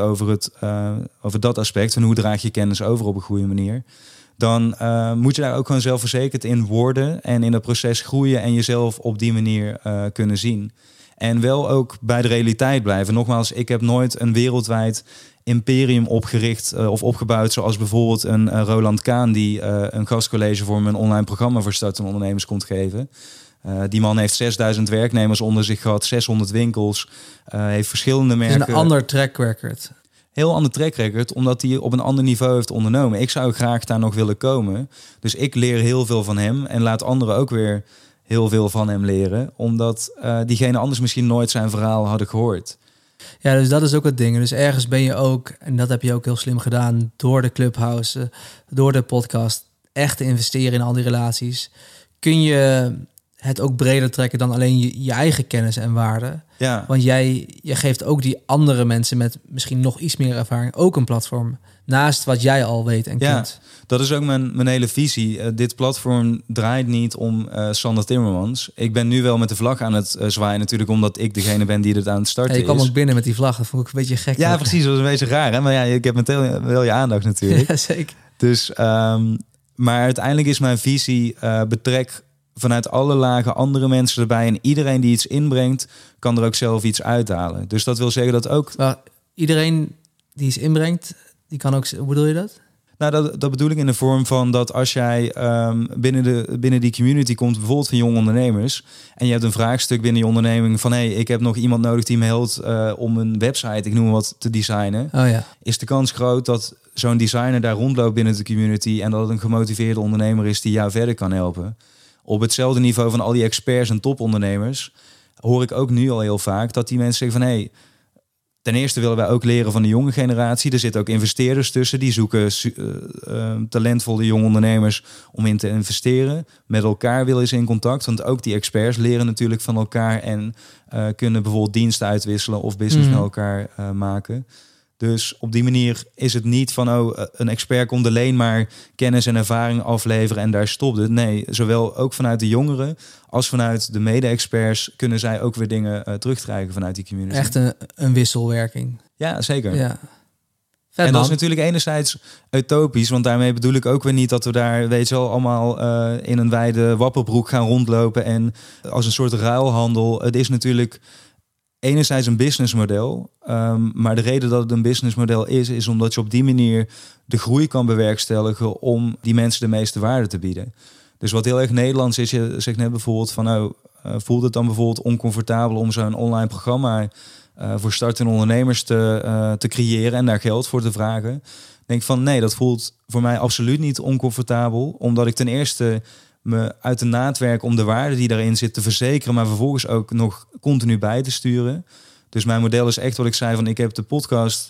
over dat aspect van hoe draag je kennis over op een goede manier. Dan moet je daar ook gewoon zelfverzekerd in worden en in dat proces groeien en jezelf op die manier kunnen zien. En wel ook bij de realiteit blijven. Nogmaals, ik heb nooit een wereldwijd imperium opgericht of opgebouwd, zoals bijvoorbeeld een Roland Kaan die een gastcollege voor mijn online programma voor startende ondernemers komt geven. Die man heeft 6000 werknemers onder zich gehad, 600 winkels, heeft verschillende merken. Het is een ander track record. Heel ander track record, omdat hij op een ander niveau heeft ondernomen. Ik zou graag daar nog willen komen. Dus ik leer heel veel van hem en laat anderen ook weer heel veel van hem leren, omdat diegene anders misschien nooit zijn verhaal hadden gehoord. Ja, dus dat is ook het ding. Dus ergens ben je ook, en dat heb je ook heel slim gedaan, door de Clubhouse, door de podcast, echt te investeren in al die relaties. Kun je het ook breder trekken dan alleen je eigen kennis en waarde. Ja. Want je geeft ook die andere mensen met misschien nog iets meer ervaring ook een platform, naast wat jij al weet en kunt. Dat is ook mijn hele visie. Dit platform draait niet om Sander Timmermans. Ik ben nu wel met de vlag aan het zwaaien natuurlijk, omdat ik degene ben die het aan het starten is. Je kwam ook binnen met die vlag, dat vond ik een beetje gek. Ja, precies, dat was een beetje raar. Hè? Maar ja, ik heb meteen wel je aandacht natuurlijk. Ja, zeker. Dus, maar uiteindelijk is mijn visie, betrek vanuit alle lagen andere mensen erbij en iedereen die iets inbrengt, kan er ook zelf iets uithalen. Dus dat wil zeggen dat ook... iedereen die iets inbrengt, die kan ook... Hoe bedoel je dat? Nou, dat bedoel ik in de vorm van dat als jij binnen die community komt, bijvoorbeeld van jonge ondernemers, en je hebt een vraagstuk binnen je onderneming van ik heb nog iemand nodig die me helpt om een website, ik noem wat, te designen. Oh ja. Is de kans groot dat zo'n designer daar rondloopt binnen de community en dat het een gemotiveerde ondernemer is die jou verder kan helpen. Op hetzelfde niveau van al die experts en topondernemers hoor ik ook nu al heel vaak dat die mensen zeggen van ten eerste willen wij ook leren van de jonge generatie. Er zitten ook investeerders tussen. Die zoeken talentvolle jonge ondernemers om in te investeren. Met elkaar willen ze in contact. Want ook die experts leren natuurlijk van elkaar. En kunnen bijvoorbeeld diensten uitwisselen of business met elkaar maken. Dus op die manier is het niet van een expert komt alleen maar kennis en ervaring afleveren en daar stopt het. Nee, zowel ook vanuit de jongeren als vanuit de mede-experts kunnen zij ook weer dingen terugkrijgen vanuit die community. Echt een wisselwerking. Ja, zeker. Ja. En dat is natuurlijk enerzijds utopisch, want daarmee bedoel ik ook weer niet dat we daar, weet je wel, allemaal in een wijde wapperbroek gaan rondlopen en als een soort ruilhandel. Het is natuurlijk enerzijds een businessmodel, maar de reden dat het een businessmodel is omdat je op die manier de groei kan bewerkstelligen om die mensen de meeste waarde te bieden. Dus wat heel erg Nederlands is, je zegt net bijvoorbeeld van voelt het dan bijvoorbeeld oncomfortabel om zo'n online programma voor startende ondernemers te creëren en daar geld voor te vragen? Denk van nee, dat voelt voor mij absoluut niet oncomfortabel, omdat ik ten eerste me uit de naad werk om de waarde die daarin zit te verzekeren, maar vervolgens ook nog continu bij te sturen. Dus mijn model is echt wat ik zei van ik heb de podcast,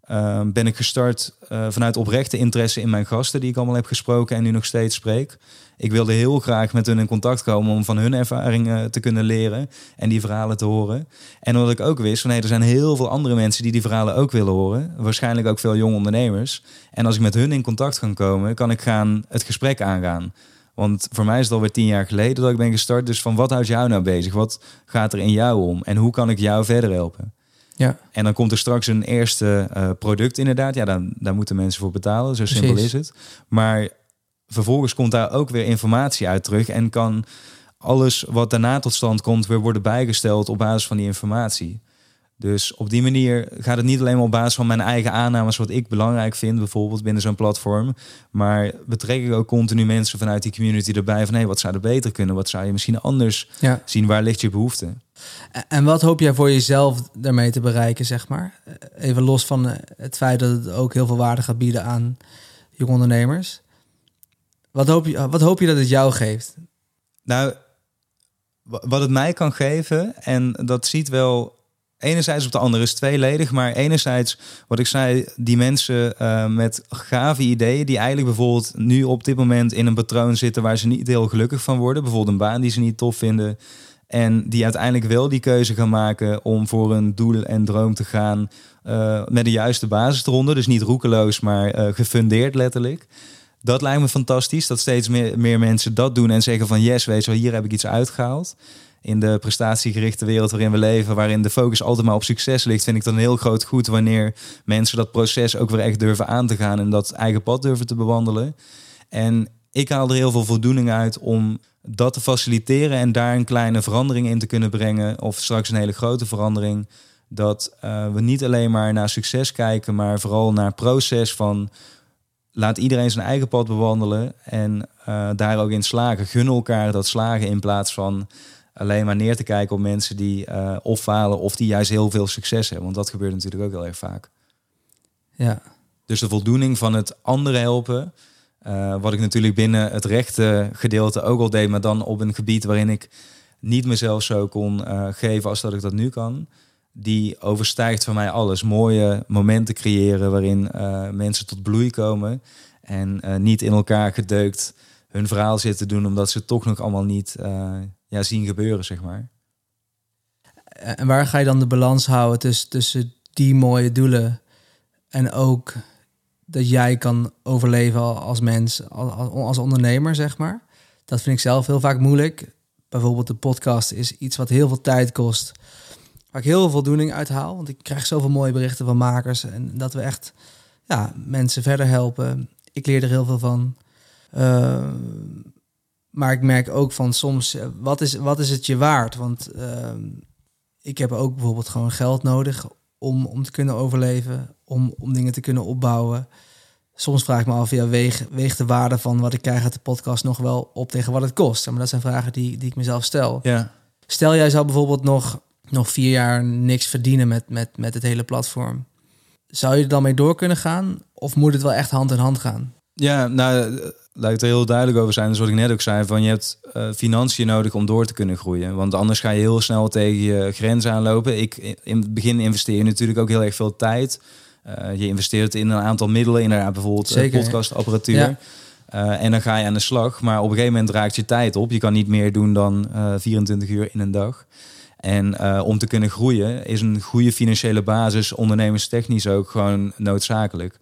ben ik gestart vanuit oprechte interesse in mijn gasten die ik allemaal heb gesproken en nu nog steeds spreek. Ik wilde heel graag met hun in contact komen om van hun ervaringen te kunnen leren en die verhalen te horen. En omdat ik ook wist van er zijn heel veel andere mensen die verhalen ook willen horen. Waarschijnlijk ook veel jonge ondernemers. En als ik met hun in contact kan komen, kan ik het gesprek aangaan. Want voor mij is het alweer 10 jaar geleden dat ik ben gestart. Dus van wat houdt jou nou bezig? Wat gaat er in jou om? En hoe kan ik jou verder helpen? Ja. En dan komt er straks een eerste product inderdaad. Ja, daar moeten mensen voor betalen. Zo simpel is het. Maar vervolgens komt daar ook weer informatie uit terug. En kan alles wat daarna tot stand komt weer worden bijgesteld op basis van die informatie. Dus op die manier gaat het niet alleen maar op basis van mijn eigen aannames wat ik belangrijk vind, bijvoorbeeld binnen zo'n platform. Maar betrek ik ook continu mensen vanuit die community erbij van wat zou er beter kunnen? Wat zou je misschien anders zien? Waar ligt je behoefte? En wat hoop jij voor jezelf daarmee te bereiken, zeg maar? Even los van het feit dat het ook heel veel waarde gaat bieden aan jonge ondernemers. Wat hoop je dat het jou geeft? Nou, wat het mij kan geven, en dat ziet wel enerzijds op de andere is tweeledig, maar enerzijds wat ik zei, die mensen met gave ideeën die eigenlijk bijvoorbeeld nu op dit moment in een patroon zitten waar ze niet heel gelukkig van worden, bijvoorbeeld een baan die ze niet tof vinden en die uiteindelijk wel die keuze gaan maken om voor een doel en droom te gaan met de juiste basis eronder, dus niet roekeloos, maar gefundeerd letterlijk. Dat lijkt me fantastisch, dat steeds meer mensen dat doen en zeggen van yes, weet je wel, hier heb ik iets uitgehaald. In de prestatiegerichte wereld waarin we leven, waarin de focus altijd maar op succes ligt, vind ik dat een heel groot goed wanneer mensen dat proces ook weer echt durven aan te gaan en dat eigen pad durven te bewandelen. En ik haal er heel veel voldoening uit om dat te faciliteren en daar een kleine verandering in te kunnen brengen, of straks een hele grote verandering. Dat we niet alleen maar naar succes kijken, maar vooral naar het proces van laat iedereen zijn eigen pad bewandelen en daar ook in slagen. Gun elkaar dat slagen in plaats van alleen maar neer te kijken op mensen die of falen of die juist heel veel succes hebben. Want dat gebeurt natuurlijk ook heel erg vaak. Ja. Dus de voldoening van het anderen helpen. Wat ik natuurlijk binnen het rechte gedeelte ook al deed, maar dan op een gebied waarin ik niet mezelf zo kon geven als dat ik dat nu kan. Die overstijgt voor mij alles. Mooie momenten creëren waarin mensen tot bloei komen. En niet in elkaar gedeukt hun verhaal zitten doen, omdat ze het toch nog allemaal niet zien gebeuren, zeg maar. En waar ga je dan de balans houden tussen die mooie doelen en ook dat jij kan overleven als mens, als ondernemer, zeg maar? Dat vind ik zelf heel vaak moeilijk. Bijvoorbeeld de podcast is iets wat heel veel tijd kost, waar ik heel veel voldoening uit haal. Want ik krijg zoveel mooie berichten van makers en dat we echt mensen verder helpen. Ik leer er heel veel van. Maar ik merk ook van soms, wat is het je waard? Want ik heb ook bijvoorbeeld gewoon geld nodig om te kunnen overleven, om dingen te kunnen opbouwen. Soms vraag ik me af, weegt de waarde van wat ik krijg uit de podcast nog wel op tegen wat het kost? Maar dat zijn vragen die ik mezelf stel. Ja. Stel, jij zou bijvoorbeeld nog 4 jaar niks verdienen met het hele platform. Zou je er dan mee door kunnen gaan? Of moet het wel echt hand in hand gaan? Ja, nou, laat ik er heel duidelijk over zijn. Dus wat ik net ook zei, van je hebt financiën nodig om door te kunnen groeien. Want anders ga je heel snel tegen je grenzen aanlopen. In het begin investeer je natuurlijk ook heel erg veel tijd. Je investeert in een aantal middelen, inderdaad bijvoorbeeld podcastapparatuur. Ja. En dan ga je aan de slag. Maar op een gegeven moment raakt je tijd op. Je kan niet meer doen dan 24 uur in een dag. En om te kunnen groeien is een goede financiële basis, ondernemerstechnisch ook, gewoon noodzakelijk.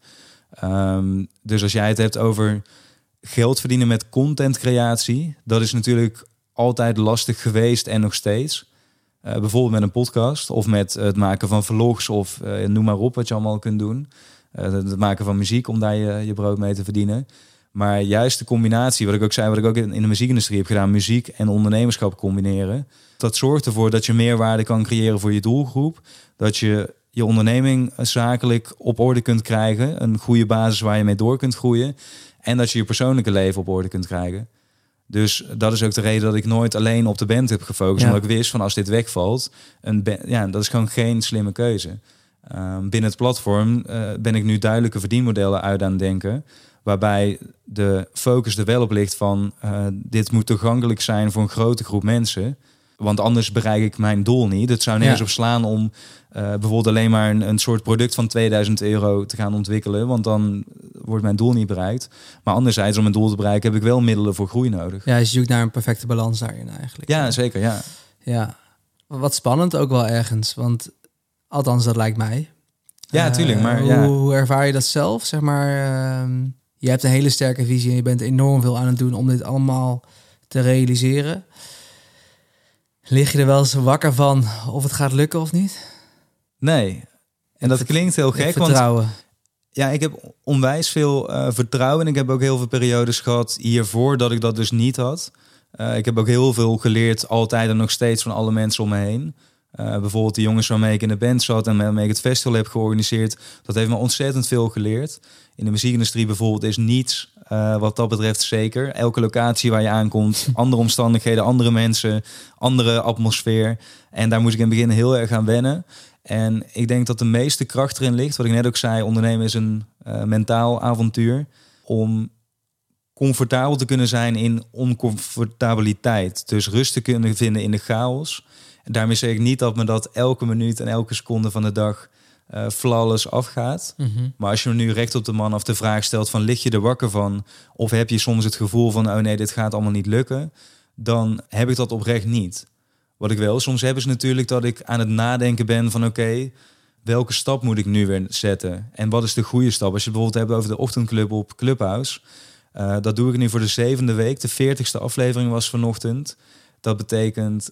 Dus als jij het hebt over geld verdienen met contentcreatie, dat is natuurlijk altijd lastig geweest en nog steeds. Bijvoorbeeld met een podcast of met het maken van vlogs of noem maar op wat je allemaal kunt doen. Het maken van muziek om daar je brood mee te verdienen. Maar juist de combinatie, wat ik ook zei, wat ik ook in de muziekindustrie heb gedaan, muziek en ondernemerschap combineren, dat zorgt ervoor dat je meerwaarde kan creëren voor je doelgroep. Dat je je onderneming zakelijk op orde kunt krijgen. Een goede basis waar je mee door kunt groeien. En dat je je persoonlijke leven op orde kunt krijgen. Dus dat is ook de reden dat ik nooit alleen op de band heb gefocust. Ja. Omdat ik wist van als dit wegvalt, dat is gewoon geen slimme keuze. Binnen het platform ben ik nu duidelijke verdienmodellen uit aan het denken. Waarbij de focus er wel op ligt van dit moet toegankelijk zijn voor een grote groep mensen. Want anders bereik ik mijn doel niet. Het zou nergens op slaan om bijvoorbeeld alleen maar een soort product van €2000 te gaan ontwikkelen. Want dan wordt mijn doel niet bereikt. Maar anderzijds, om mijn doel te bereiken, heb ik wel middelen voor groei nodig. Ja, je zoekt naar een perfecte balans daarin eigenlijk. Ja, zeker, ja. Ja, wat spannend ook wel ergens. Want althans, dat lijkt mij. Ja, tuurlijk. Maar hoe ervaar je dat zelf? Zeg maar, je hebt een hele sterke visie en je bent enorm veel aan het doen om dit allemaal te realiseren. Lig je er wel eens wakker van of het gaat lukken of niet? Nee. En dat klinkt heel gek. Vertrouwen. Want ja, ik heb onwijs veel vertrouwen. En ik heb ook heel veel periodes gehad hiervoor dat ik dat dus niet had. Ik heb ook heel veel geleerd, altijd en nog steeds, van alle mensen om me heen. Bijvoorbeeld de jongens waarmee ik in de band zat en waarmee ik het festival heb georganiseerd. Dat heeft me ontzettend veel geleerd. In de muziekindustrie bijvoorbeeld is niets wat dat betreft zeker. Elke locatie waar je aankomt, andere omstandigheden, andere mensen, andere atmosfeer. En daar moest ik in het begin heel erg aan wennen. En ik denk dat de meeste kracht erin ligt. Wat ik net ook zei, ondernemen is een mentaal avontuur. Om comfortabel te kunnen zijn in oncomfortabiliteit. Dus rust te kunnen vinden in de chaos. En daarmee zeg ik niet dat me dat elke minuut en elke seconde van de dag flawless afgaat. Mm-hmm. Maar als je me nu recht op de man af de vraag stelt van lig je er wakker van? Of heb je soms het gevoel van oh nee, dit gaat allemaal niet lukken? Dan heb ik dat oprecht niet. Wat ik wel soms heb is natuurlijk dat ik aan het nadenken ben van oké, welke stap moet ik nu weer zetten? En wat is de goede stap? Als je het bijvoorbeeld hebt over de ochtendclub op Clubhouse. Dat doe ik nu voor de 7e week. De 40ste aflevering was vanochtend. Dat betekent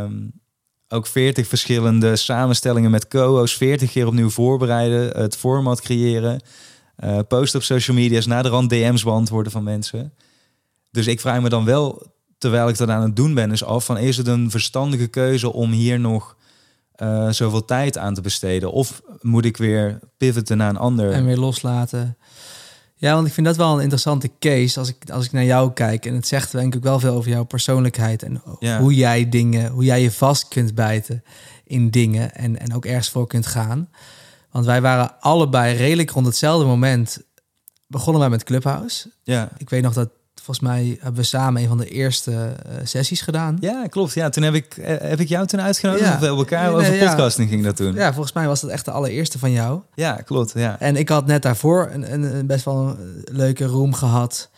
ook 40 verschillende samenstellingen met co-hosts, 40 keer opnieuw voorbereiden, het format creëren, posten op social media's, naderhand DM's beantwoorden van mensen. Dus ik vraag me dan wel, terwijl ik dat aan het doen ben, is af van is het een verstandige keuze om hier nog zoveel tijd aan te besteden? Of moet ik weer pivoten naar een ander? En weer loslaten. Ja, want ik vind dat wel een interessante case als ik naar jou kijk. En het zegt denk ik wel veel over jouw persoonlijkheid. En hoe jij je vast kunt bijten in dingen. En ook ergens voor kunt gaan. Want wij waren allebei redelijk rond hetzelfde moment. Begonnen wij met Clubhouse. Ja. Ik weet nog dat volgens mij hebben we samen een van de eerste sessies gedaan. Ja, klopt. Ja, toen heb ik jou toen uitgenodigd. Ja. Of we elkaar over podcasting ging dat toen. Ja, volgens mij was dat echt de allereerste van jou. Ja, klopt. Ja. En ik had net daarvoor een best wel een leuke room gehad.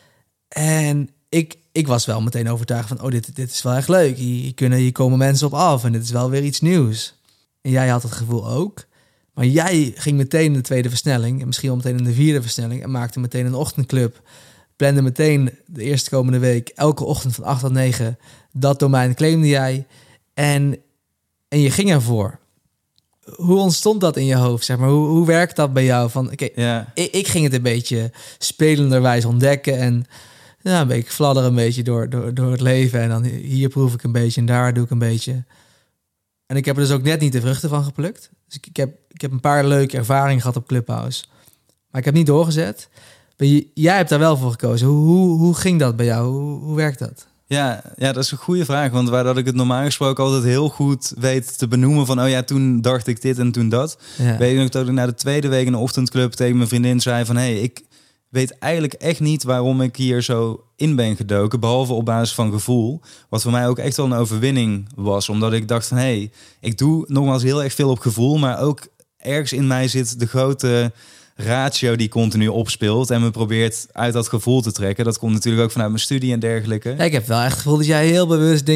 En ik was wel meteen overtuigd van dit is wel echt leuk. Hier komen mensen op af en dit is wel weer iets nieuws. En jij had het gevoel ook. Maar jij ging meteen in de 2e versnelling en misschien wel meteen in de 4e versnelling en maakte meteen een ochtendclub. Plande meteen de eerste komende week elke ochtend van 8 tot 9. Dat domein claimde jij. En je ging ervoor. Hoe ontstond dat in je hoofd? Zeg maar? Hoe werkt dat bij jou? Ik ging het een beetje spelenderwijs ontdekken. En een beetje fladderen een beetje door het leven. En dan hier proef ik een beetje en daar doe ik een beetje. En ik heb er dus ook net niet de vruchten van geplukt. Dus ik heb een paar leuke ervaringen gehad op Clubhouse. Maar ik heb niet doorgezet. Maar jij hebt daar wel voor gekozen. Hoe ging dat bij jou? Hoe werkt dat? Ja, dat is een goede vraag. Want waar dat ik het normaal gesproken altijd heel goed weet te benoemen van... toen dacht ik dit en toen dat. Ja. Weet ik nog dat ik na de tweede week in de ochtendclub tegen mijn vriendin zei van... ik weet eigenlijk echt niet waarom ik hier zo in ben gedoken. Behalve op basis van gevoel. Wat voor mij ook echt wel een overwinning was. Omdat ik dacht van ik doe nogmaals heel erg veel op gevoel. Maar ook ergens in mij zit de grote ratio die continu opspeelt en me probeert uit dat gevoel te trekken. Dat komt natuurlijk ook vanuit mijn studie en dergelijke. Ja, ik heb wel echt het gevoel dat jij heel bewust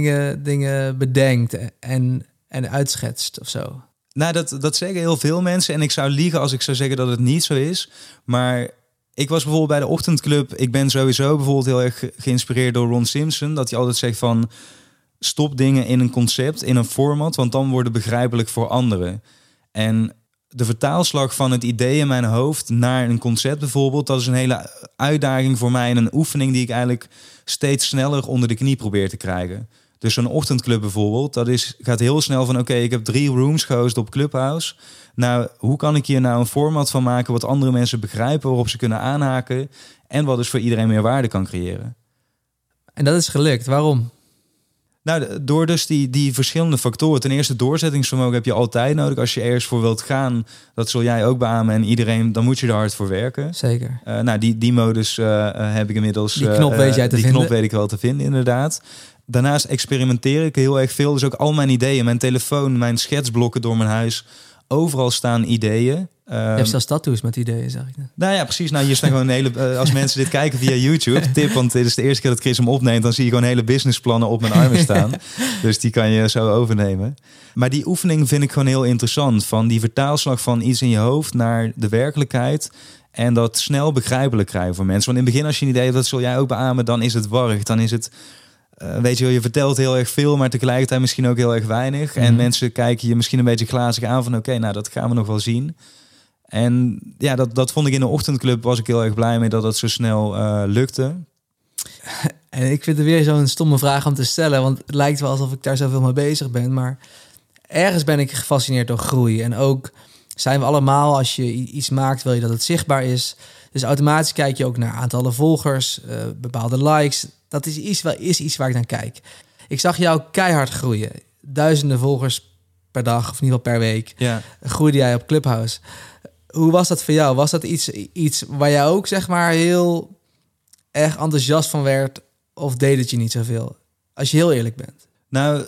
dingen bedenkt en uitschetst of zo. Nou, dat zeggen heel veel mensen. En ik zou liegen als ik zou zeggen dat het niet zo is. Maar ik was bijvoorbeeld bij de ochtendclub. Ik ben sowieso bijvoorbeeld heel erg geïnspireerd door Ron Simpson. Dat hij altijd zegt van... stop dingen in een concept, in een format, want dan worden begrijpelijk voor anderen. En de vertaalslag van het idee in mijn hoofd naar een concept bijvoorbeeld... dat is een hele uitdaging voor mij en een oefening die ik eigenlijk steeds sneller onder de knie probeer te krijgen. Dus zo'n ochtendclub bijvoorbeeld, gaat heel snel van... oké, ik heb 3 rooms gehost op Clubhouse. Nou, hoe kan ik hier nou een format van maken wat andere mensen begrijpen, waarop ze kunnen aanhaken en wat dus voor iedereen meer waarde kan creëren? En dat is gelukt. Waarom? Nou, door dus die verschillende factoren. Ten eerste, doorzettingsvermogen heb je altijd nodig. Als je ergens voor wilt gaan, dat zul jij ook beamen. En iedereen, dan moet je er hard voor werken. Zeker. Die modus heb ik inmiddels... Die knop weet jij te vinden. Die knop weet ik wel te vinden, inderdaad. Daarnaast experimenteer ik heel erg veel. Dus ook al mijn ideeën, mijn telefoon, mijn schetsblokken door mijn huis. Overal staan ideeën. Je hebt zelfs tattoos met ideeën, zeg ik. Nou ja, precies. Nou, hier staan gewoon hele... als mensen dit kijken via YouTube, tip, want dit is de eerste keer dat Chris hem opneemt, dan zie je gewoon hele businessplannen op mijn armen staan. Dus die kan je zo overnemen. Maar die oefening vind ik gewoon heel interessant. Van die vertaalslag van iets in je hoofd naar de werkelijkheid. En dat snel begrijpelijk krijgen voor mensen. Want in het begin, als je een idee hebt, dat zul jij ook beamen, dan is het warrig. Dan is het... weet je, je vertelt heel erg veel, maar tegelijkertijd misschien ook heel erg weinig. En mensen kijken je misschien een beetje glazig aan van oké, nou dat gaan we nog wel zien. En ja, dat vond ik in de ochtendclub, was ik heel erg blij mee dat dat zo snel lukte. En ik vind het weer zo'n stomme vraag om te stellen, want het lijkt wel alsof ik daar zoveel mee bezig ben. Maar ergens ben ik gefascineerd door groei. En ook zijn we allemaal, als je iets maakt, wil je dat het zichtbaar is. Dus automatisch kijk je ook naar aantallen volgers, bepaalde likes. Dat is iets waar ik naar kijk. Ik zag jou keihard groeien. Duizenden volgers per dag, of in ieder geval per week. Ja. Groeide jij op Clubhouse. Hoe was dat voor jou? Was dat iets waar jij ook zeg maar heel erg enthousiast van werd? Of deed het je niet zoveel? Als je heel eerlijk bent. Nou,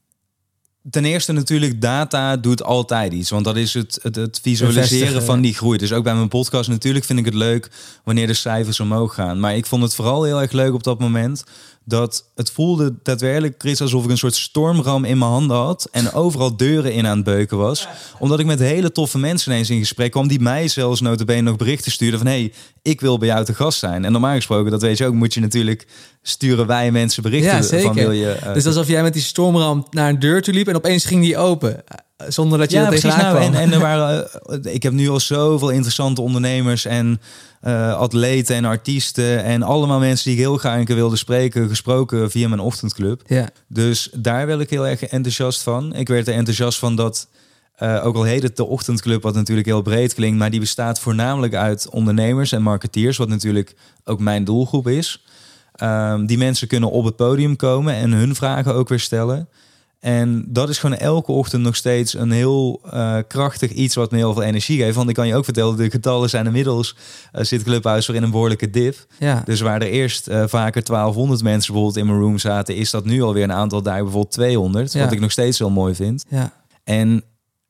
ten eerste natuurlijk, data doet altijd iets. Want dat is het visualiseren van die groei. Dus ook bij mijn podcast natuurlijk vind ik het leuk wanneer de cijfers omhoog gaan. Maar ik vond het vooral heel erg leuk op dat moment dat het voelde daadwerkelijk, Chris, alsof ik een soort stormram in mijn handen had en overal deuren in aan het beuken was. Omdat ik met hele toffe mensen ineens in gesprek kwam die mij zelfs nota bene nog berichten stuurden van ik wil bij jou te gast zijn. En normaal gesproken, dat weet je ook, moet je natuurlijk sturen wij mensen berichten. Ja, zeker. Van wil je... Dus alsof jij met die stormram naar een deur toe liep en opeens ging die open. Zonder dat je er tegenaan kwam. En er waren, ik heb nu al zoveel interessante ondernemers en atleten en artiesten en allemaal mensen die ik heel graag wilde gesproken via mijn ochtendclub. Ja. Dus daar werd ik heel erg enthousiast van. Ik werd er enthousiast van dat, ook al heet het de ochtendclub, wat natuurlijk heel breed klinkt, maar die bestaat voornamelijk uit ondernemers en marketeers, wat natuurlijk ook mijn doelgroep is. Die mensen kunnen op het podium komen en hun vragen ook weer stellen. En dat is gewoon elke ochtend nog steeds een heel krachtig iets wat me heel veel energie geeft. Want ik kan je ook vertellen, de getallen zijn inmiddels zit Clubhouse weer in een behoorlijke dip. Ja. Dus waar er eerst vaker 1200 mensen bijvoorbeeld in mijn room zaten, is dat nu alweer een aantal dagen bijvoorbeeld 200. Ja. Wat ik nog steeds heel mooi vind. Ja. En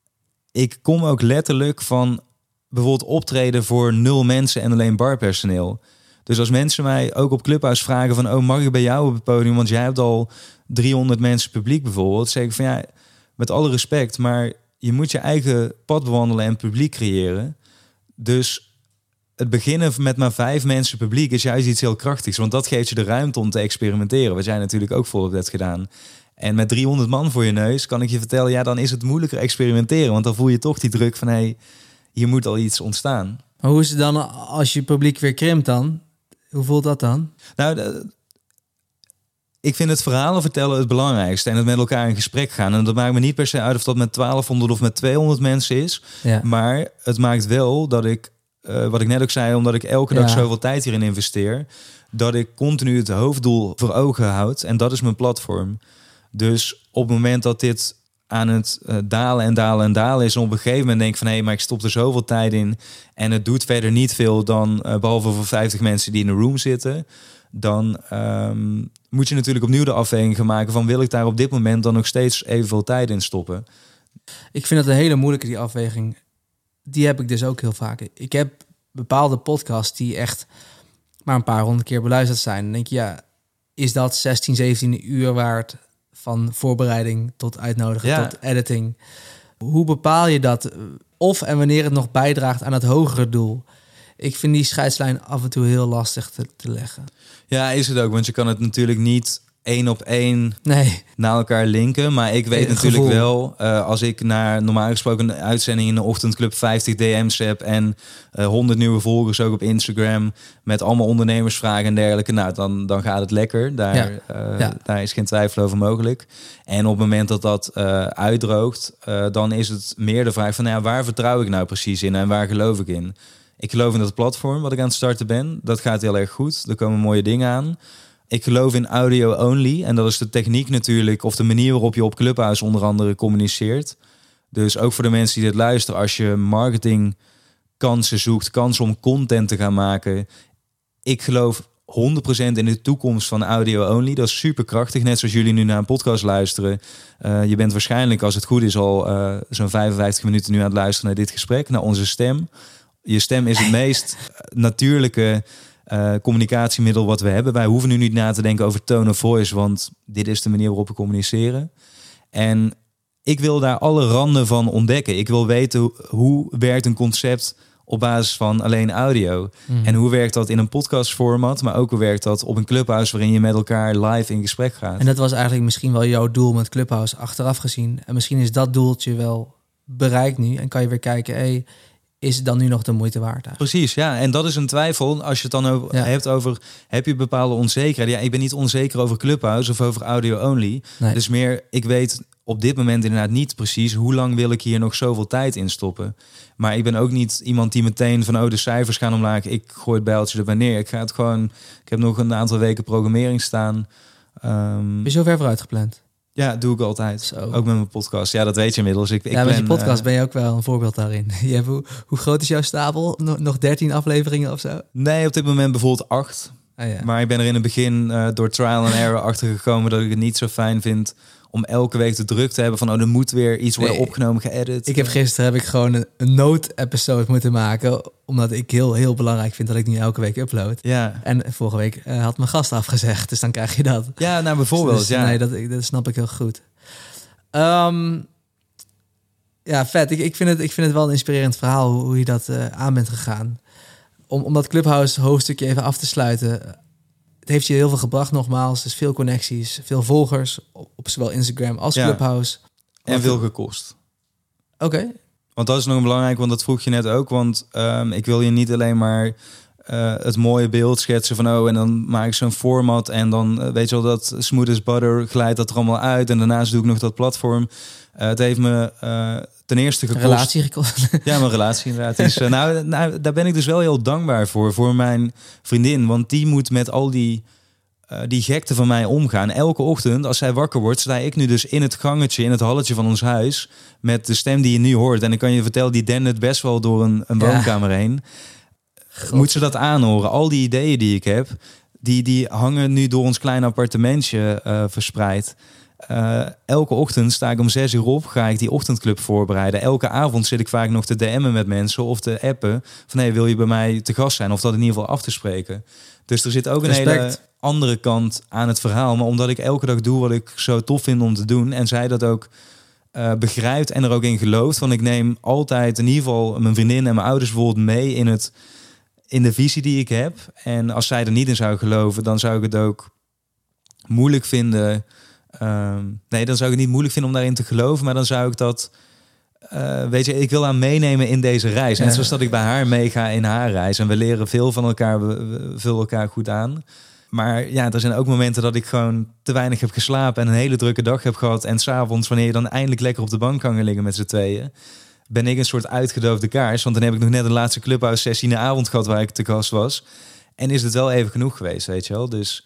ik kom ook letterlijk van bijvoorbeeld optreden voor 0 mensen en alleen barpersoneel. Dus als mensen mij ook op Clubhouse vragen van mag ik bij jou op het podium, want jij hebt al 300 mensen publiek bijvoorbeeld, zeg ik van ja, met alle respect, maar je moet je eigen pad bewandelen en publiek creëren. Dus het beginnen met maar 5 mensen publiek is juist iets heel krachtigs, want dat geeft je de ruimte om te experimenteren, wat jij natuurlijk ook volop hebt gedaan. En met 300 man voor je neus kan ik je vertellen, ja, dan is het moeilijker experimenteren, want dan voel je toch die druk van hier moet al iets ontstaan. Maar hoe is het dan als je publiek weer krimpt dan? Hoe voelt dat dan? Nou, Ik vind het verhalen vertellen het belangrijkste en het met elkaar in gesprek gaan. En dat maakt me niet per se uit of dat met 1200 of met 200 mensen is. Ja. Maar het maakt wel dat ik, wat ik net ook zei, omdat ik elke dag zoveel tijd hierin investeer, dat ik continu het hoofddoel voor ogen houd. En dat is mijn platform. Dus op het moment dat dit aan het dalen en dalen en dalen is, en op een gegeven moment denk ik van hé, maar ik stop er zoveel tijd in en het doet verder niet veel dan behalve voor 50 mensen die in de room zitten, dan moet je natuurlijk opnieuw de afweging gaan maken van wil ik daar op dit moment dan nog steeds evenveel tijd in stoppen? Ik vind dat een hele moeilijke, die afweging. Die heb ik dus ook heel vaak. Ik heb bepaalde podcasts die echt maar een paar 100 keer beluisterd zijn. Dan denk je, ja, is dat 16, 17 uur waard van voorbereiding tot uitnodigen, tot editing? Hoe bepaal je dat? Of en wanneer het nog bijdraagt aan het hogere doel? Ik vind die scheidslijn af en toe heel lastig te leggen. Ja, is het ook. Want je kan het natuurlijk niet 1 op 1 naar elkaar linken. Maar ik weet natuurlijk wel, als ik naar normaal gesproken een uitzending in de ochtendclub 50 DM's heb en 100 nieuwe volgers ook op Instagram met allemaal ondernemersvragen en dergelijke, nou, dan gaat het lekker. Daar is geen twijfel over mogelijk. En op het moment dat dat uitdroogt, dan is het meer de vraag van, nou ja, waar vertrouw ik nou precies in en waar geloof ik in? Ik geloof in dat platform wat ik aan het starten ben. Dat gaat heel erg goed. Er komen mooie dingen aan. Ik geloof in audio only. En dat is de techniek natuurlijk, of de manier waarop je op Clubhouse onder andere communiceert. Dus ook voor de mensen die dit luisteren, als je marketingkansen zoekt, kansen om content te gaan maken. Ik geloof 100% in de toekomst van audio only. Dat is super krachtig. Net zoals jullie nu naar een podcast luisteren. Je bent waarschijnlijk, als het goed is, al zo'n 55 minuten nu aan het luisteren naar dit gesprek, naar onze stem. Je stem is het meest natuurlijke communicatiemiddel wat we hebben. Wij hoeven nu niet na te denken over tone of voice, want dit is de manier waarop we communiceren. En ik wil daar alle randen van ontdekken. Ik wil weten hoe werkt een concept op basis van alleen audio. En hoe werkt dat in een podcastformat, maar ook hoe werkt dat op een Clubhouse waarin je met elkaar live in gesprek gaat. En dat was eigenlijk misschien wel jouw doel met Clubhouse achteraf gezien. En misschien is dat doeltje wel bereikt nu en kan je weer kijken, is het dan nu nog de moeite waard? Eigenlijk? Precies, ja. En dat is een twijfel. Als je het dan over hebt over, heb je bepaalde onzekerheid? Ja, ik ben niet onzeker over Clubhouse of over audio only. Nee. Dus meer, ik weet op dit moment inderdaad niet precies hoe lang wil ik hier nog zoveel tijd in stoppen. Maar ik ben ook niet iemand die meteen van, de cijfers gaan omlaag, ik gooi het bijltje erbij neer. Ik ga het gewoon, ik heb nog een aantal weken programmering staan. Ben je zo ver vooruit gepland? Ja, doe ik altijd. Zo. Ook met mijn podcast. Ja, dat weet je inmiddels. Ik met je podcast ben je ook wel een voorbeeld daarin. Je hebt, hoe groot is jouw stapel? Nog 13 afleveringen of zo? Nee, op dit moment bijvoorbeeld 8. Maar ik ben er in het begin door trial and error achter gekomen dat ik het niet zo fijn vind om elke week de druk te hebben van, er moet weer iets worden opgenomen, geëdit. Gisteren heb ik gewoon een nood-episode moeten maken, omdat ik heel, heel belangrijk vind dat ik nu elke week upload. Ja. En vorige week had mijn gast afgezegd, dus dan krijg je dat. Ja, nou bijvoorbeeld. Dus, ja. Nee, dat snap ik heel goed. Ja, vet. Ik vind het wel een inspirerend verhaal hoe je dat aan bent gegaan. Om dat Clubhouse hoofdstukje even af te sluiten. Het heeft je heel veel gebracht nogmaals. Dus veel connecties, veel volgers op zowel Instagram als Clubhouse. En veel gekost. Oké. Want dat is nog belangrijk, want dat vroeg je net ook. Want ik wil je niet alleen maar het mooie beeld schetsen van, en dan maak ik zo'n format en dan weet je wel, dat smooth as butter glijdt dat er allemaal uit. En daarnaast doe ik nog dat platform. Het heeft me ten eerste gekost. Relatie gekost. Ja, mijn relatie inderdaad. Is, nou, daar ben ik dus wel heel dankbaar voor mijn vriendin. Want die moet met al die gekte van mij omgaan. Elke ochtend, als zij wakker wordt, sta ik nu dus in het gangetje, in het halletje van ons huis, met de stem die je nu hoort. En ik kan je vertellen, die dendert best wel door een woonkamer heen. God. Moet ze dat aanhoren? Al die ideeën die ik heb, die hangen nu door ons kleine appartementje verspreid. Elke ochtend sta ik om 6 uur op, ga ik die ochtendclub voorbereiden. Elke avond zit ik vaak nog te DM'en met mensen of te appen van, wil je bij mij te gast zijn? Of dat in ieder geval af te spreken. Dus er zit ook een hele andere kant aan het verhaal. Maar omdat ik elke dag doe wat ik zo tof vind om te doen, en zij dat ook begrijpt en er ook in gelooft. Want ik neem altijd in ieder geval mijn vriendin en mijn ouders bijvoorbeeld mee in de visie die ik heb. En als zij er niet in zou geloven, dan zou ik het ook moeilijk vinden. Dan zou ik het niet moeilijk vinden om daarin te geloven. Maar dan zou ik dat, weet je, ik wil haar meenemen in deze reis. Net zoals dat ik bij haar meega in haar reis. En we leren veel van elkaar, we vullen elkaar goed aan. Maar ja, er zijn ook momenten dat ik gewoon te weinig heb geslapen en een hele drukke dag heb gehad. En 's avonds, wanneer je dan eindelijk lekker op de bank kan gaan liggen met z'n tweeën, ben ik een soort uitgedoofde kaars. Want dan heb ik nog net een laatste Clubhouse sessie in de avond gehad waar ik te gast was. En is het wel even genoeg geweest, weet je wel. Dus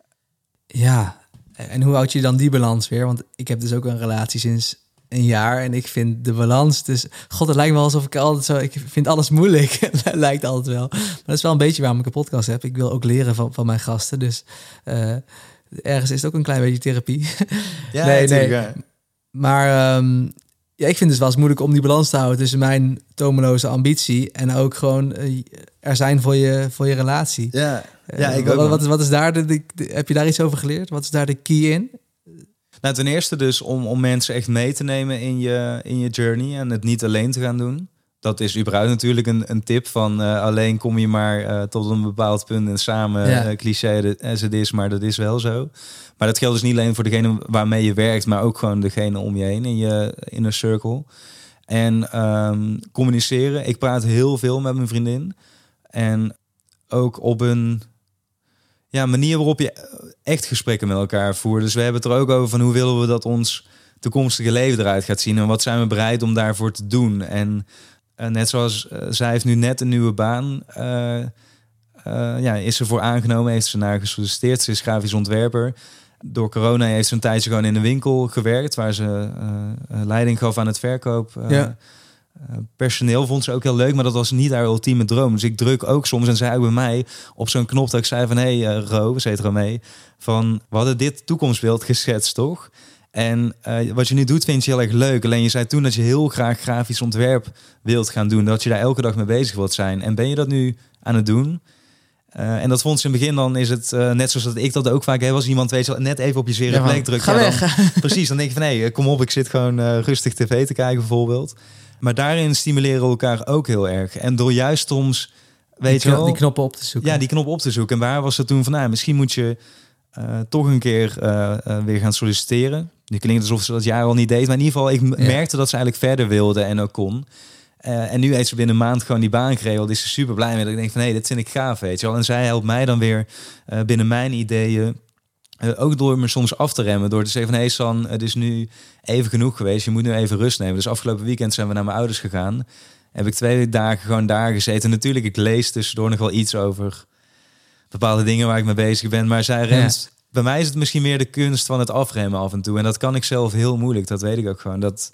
Ja, en hoe houd je dan die balans weer? Want ik heb dus ook een relatie sinds een jaar en ik vind de balans dus... God, het lijkt me alsof ik altijd zo... Ik vind alles moeilijk, lijkt altijd wel. Maar dat is wel een beetje waarom ik een podcast heb. Ik wil ook leren van mijn gasten, dus ergens is het ook een klein beetje therapie. ja, nee. Ja. Maar ja, ik vind het dus wel eens moeilijk om die balans te houden tussen mijn tomeloze ambitie en ook gewoon er zijn voor je relatie. Ja, ik ook. Wat is daar heb je daar iets over geleerd? Wat is daar de key in? Nou, ten eerste dus om mensen echt mee te nemen in je journey en het niet alleen te gaan doen. Dat is überhaupt natuurlijk een tip van alleen kom je maar tot een bepaald punt en samen cliché as het is, maar dat is wel zo. Maar dat geldt dus niet alleen voor degene waarmee je werkt, maar ook gewoon degene om je heen in je inner circle. En communiceren. Ik praat heel veel met mijn vriendin. En ook op een manier waarop je echt gesprekken met elkaar voert. Dus we hebben het er ook over van hoe willen we dat ons toekomstige leven eruit gaat zien. En wat zijn we bereid om daarvoor te doen. En net zoals zij heeft nu net een nieuwe baan. Is ze voor aangenomen, heeft ze naar gesolliciteerd. Ze is grafisch ontwerper. Door corona heeft ze een tijdje gewoon in de winkel gewerkt, waar ze leiding gaf aan het verkoop. Personeel vond ze ook heel leuk, maar dat was niet haar ultieme droom. Dus ik druk ook soms, en zij ook bij mij, op zo'n knop dat ik zei van Ro, ze heet Romee, van we hadden dit toekomstbeeld geschetst, toch? En wat je nu doet vind je heel erg leuk. Alleen je zei toen dat je heel graag grafisch ontwerp wilt gaan doen, dat je daar elke dag mee bezig wilt zijn. En ben je dat nu aan het doen? En dat vond ze in het begin, dan is het net zoals dat ik dat ook vaak heb. Als iemand weet, net even op je zere plek drukt. Ga weg. Precies, dan denk je van kom op, ik zit gewoon rustig tv te kijken bijvoorbeeld. Maar daarin stimuleren we elkaar ook heel erg. En door juist soms, weet je wel, die knoppen op te zoeken. Ja, die knop op te zoeken. En waar was het toen van, misschien moet je toch een keer weer gaan solliciteren. Nu klinkt alsof ze dat jaar al niet deed. Maar in ieder geval, ik merkte dat ze eigenlijk verder wilde en ook kon. En nu heeft ze binnen een maand gewoon die baan geregeld. Is ze super blij mee. Dat ik denk van, dit vind ik gaaf, weet je wel. En zij helpt mij dan weer binnen mijn ideeën. Ook door me soms af te remmen. Door te zeggen van, San, het is nu even genoeg geweest. Je moet nu even rust nemen. Dus afgelopen weekend zijn we naar mijn ouders gegaan. Heb ik 2 dagen gewoon daar gezeten. Natuurlijk, ik lees tussendoor nog wel iets over bepaalde dingen waar ik mee bezig ben. Maar zij remt... Ja. Bij mij is het misschien meer de kunst van het afremmen af en toe. En dat kan ik zelf heel moeilijk. Dat weet ik ook gewoon. Dat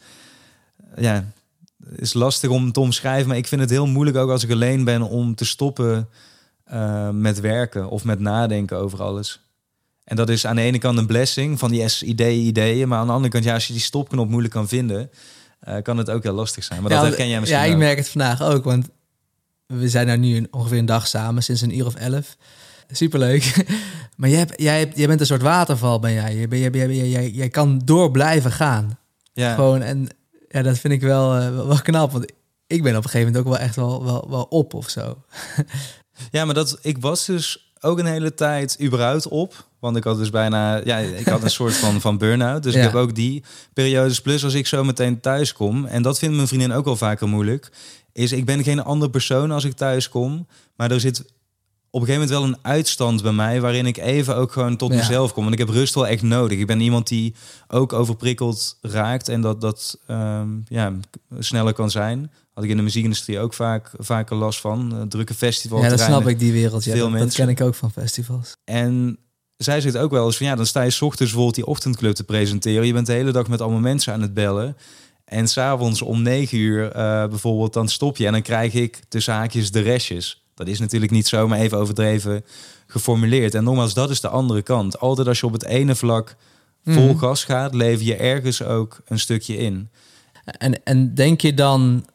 is lastig om te omschrijven. Maar ik vind het heel moeilijk ook als ik alleen ben om te stoppen met werken of met nadenken over alles. En dat is aan de ene kant een blessing van die ideeën. Maar aan de andere kant, als je die stopknop moeilijk kan vinden, kan het ook heel lastig zijn. Maar dat herken jij misschien ook. Ik merk het vandaag ook. Want we zijn nou nu ongeveer een dag samen, sinds 11:00. Superleuk. Maar jij bent een soort waterval, ben jij. Jij kan door blijven gaan. Ja. Gewoon, en ja, dat vind ik wel knap. Want ik ben op een gegeven moment ook wel echt wel op of zo. Ja, maar ik was dus ook een hele tijd überhaupt op. Want ik had dus bijna... Ja, ik had een soort van burn-out. Dus ik heb ook die periodes. Plus als ik zo meteen thuis kom... En dat vindt mijn vriendin ook wel vaker moeilijk. Is ik ben geen andere persoon als ik thuis kom. Maar er zit op een gegeven moment wel een uitstand bij mij... waarin ik even ook gewoon tot mezelf kom. Want ik heb rust wel echt nodig. Ik ben iemand die ook overprikkeld raakt... en dat sneller kan zijn. Had ik in de muziekindustrie ook vaker last van. Drukke festivals. Ja, dat snap ik, die wereld. Ja, dat ken ik ook van festivals. En zij zegt ook wel eens van... dan sta je 's ochtends bijvoorbeeld die ochtendclub te presenteren. Je bent de hele dag met allemaal mensen aan het bellen... En 's avonds om 9 uur bijvoorbeeld, dan stop je. En dan krijg ik tussen haakjes de restjes. Dat is natuurlijk niet zo, maar even overdreven geformuleerd. En nogmaals, dat is de andere kant. Altijd als je op het ene vlak vol gas gaat, lever je ergens ook een stukje in. En denk je dan,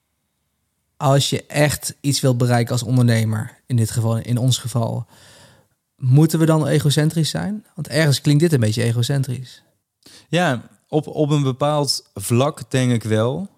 als je echt iets wilt bereiken als ondernemer, in dit geval, in ons geval, moeten we dan egocentrisch zijn? Want ergens klinkt dit een beetje egocentrisch. Ja, op een bepaald vlak denk ik wel.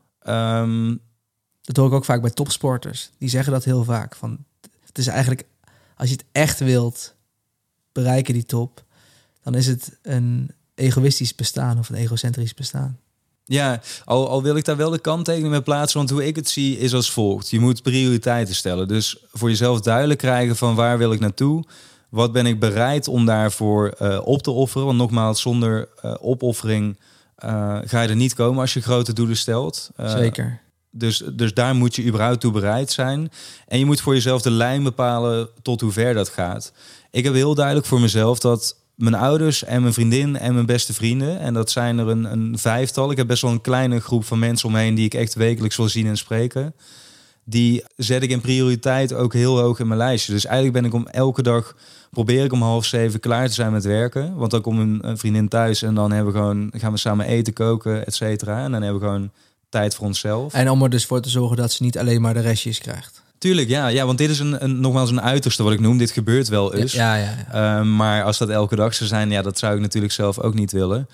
Dat hoor ik ook vaak bij topsporters. Die zeggen dat heel vaak. Van, het is eigenlijk, als je het echt wilt bereiken, die top, dan is het een egoïstisch bestaan of een egocentrisch bestaan. Ja, al wil ik daar wel de kanttekening mee plaatsen. Want hoe ik het zie is als volgt. Je moet prioriteiten stellen. Dus voor jezelf duidelijk krijgen van waar wil ik naartoe? Wat ben ik bereid om daarvoor op te offeren? Want nogmaals, zonder opoffering ga je er niet komen als je grote doelen stelt. Zeker. Dus daar moet je überhaupt toe bereid zijn. En je moet voor jezelf de lijn bepalen tot hoe ver dat gaat. Ik heb heel duidelijk voor mezelf dat mijn ouders en mijn vriendin en mijn beste vrienden, en dat zijn er een 5-tal. Ik heb best wel een kleine groep van mensen omheen die ik echt wekelijks wil zien en spreken. Die zet ik in prioriteit ook heel hoog in mijn lijstje. Dus eigenlijk ben ik probeer ik om 6:30 klaar te zijn met werken. Want dan komt een vriendin thuis en dan gaan we samen eten, koken, et cetera. En dan hebben we gewoon tijd voor onszelf. En om er dus voor te zorgen dat ze niet alleen maar de restjes krijgt. Tuurlijk, ja, want dit is nogmaals een uiterste wat ik noem. Dit gebeurt wel eens. Ja. Maar als dat elke dag zou zijn, dat zou ik natuurlijk zelf ook niet willen.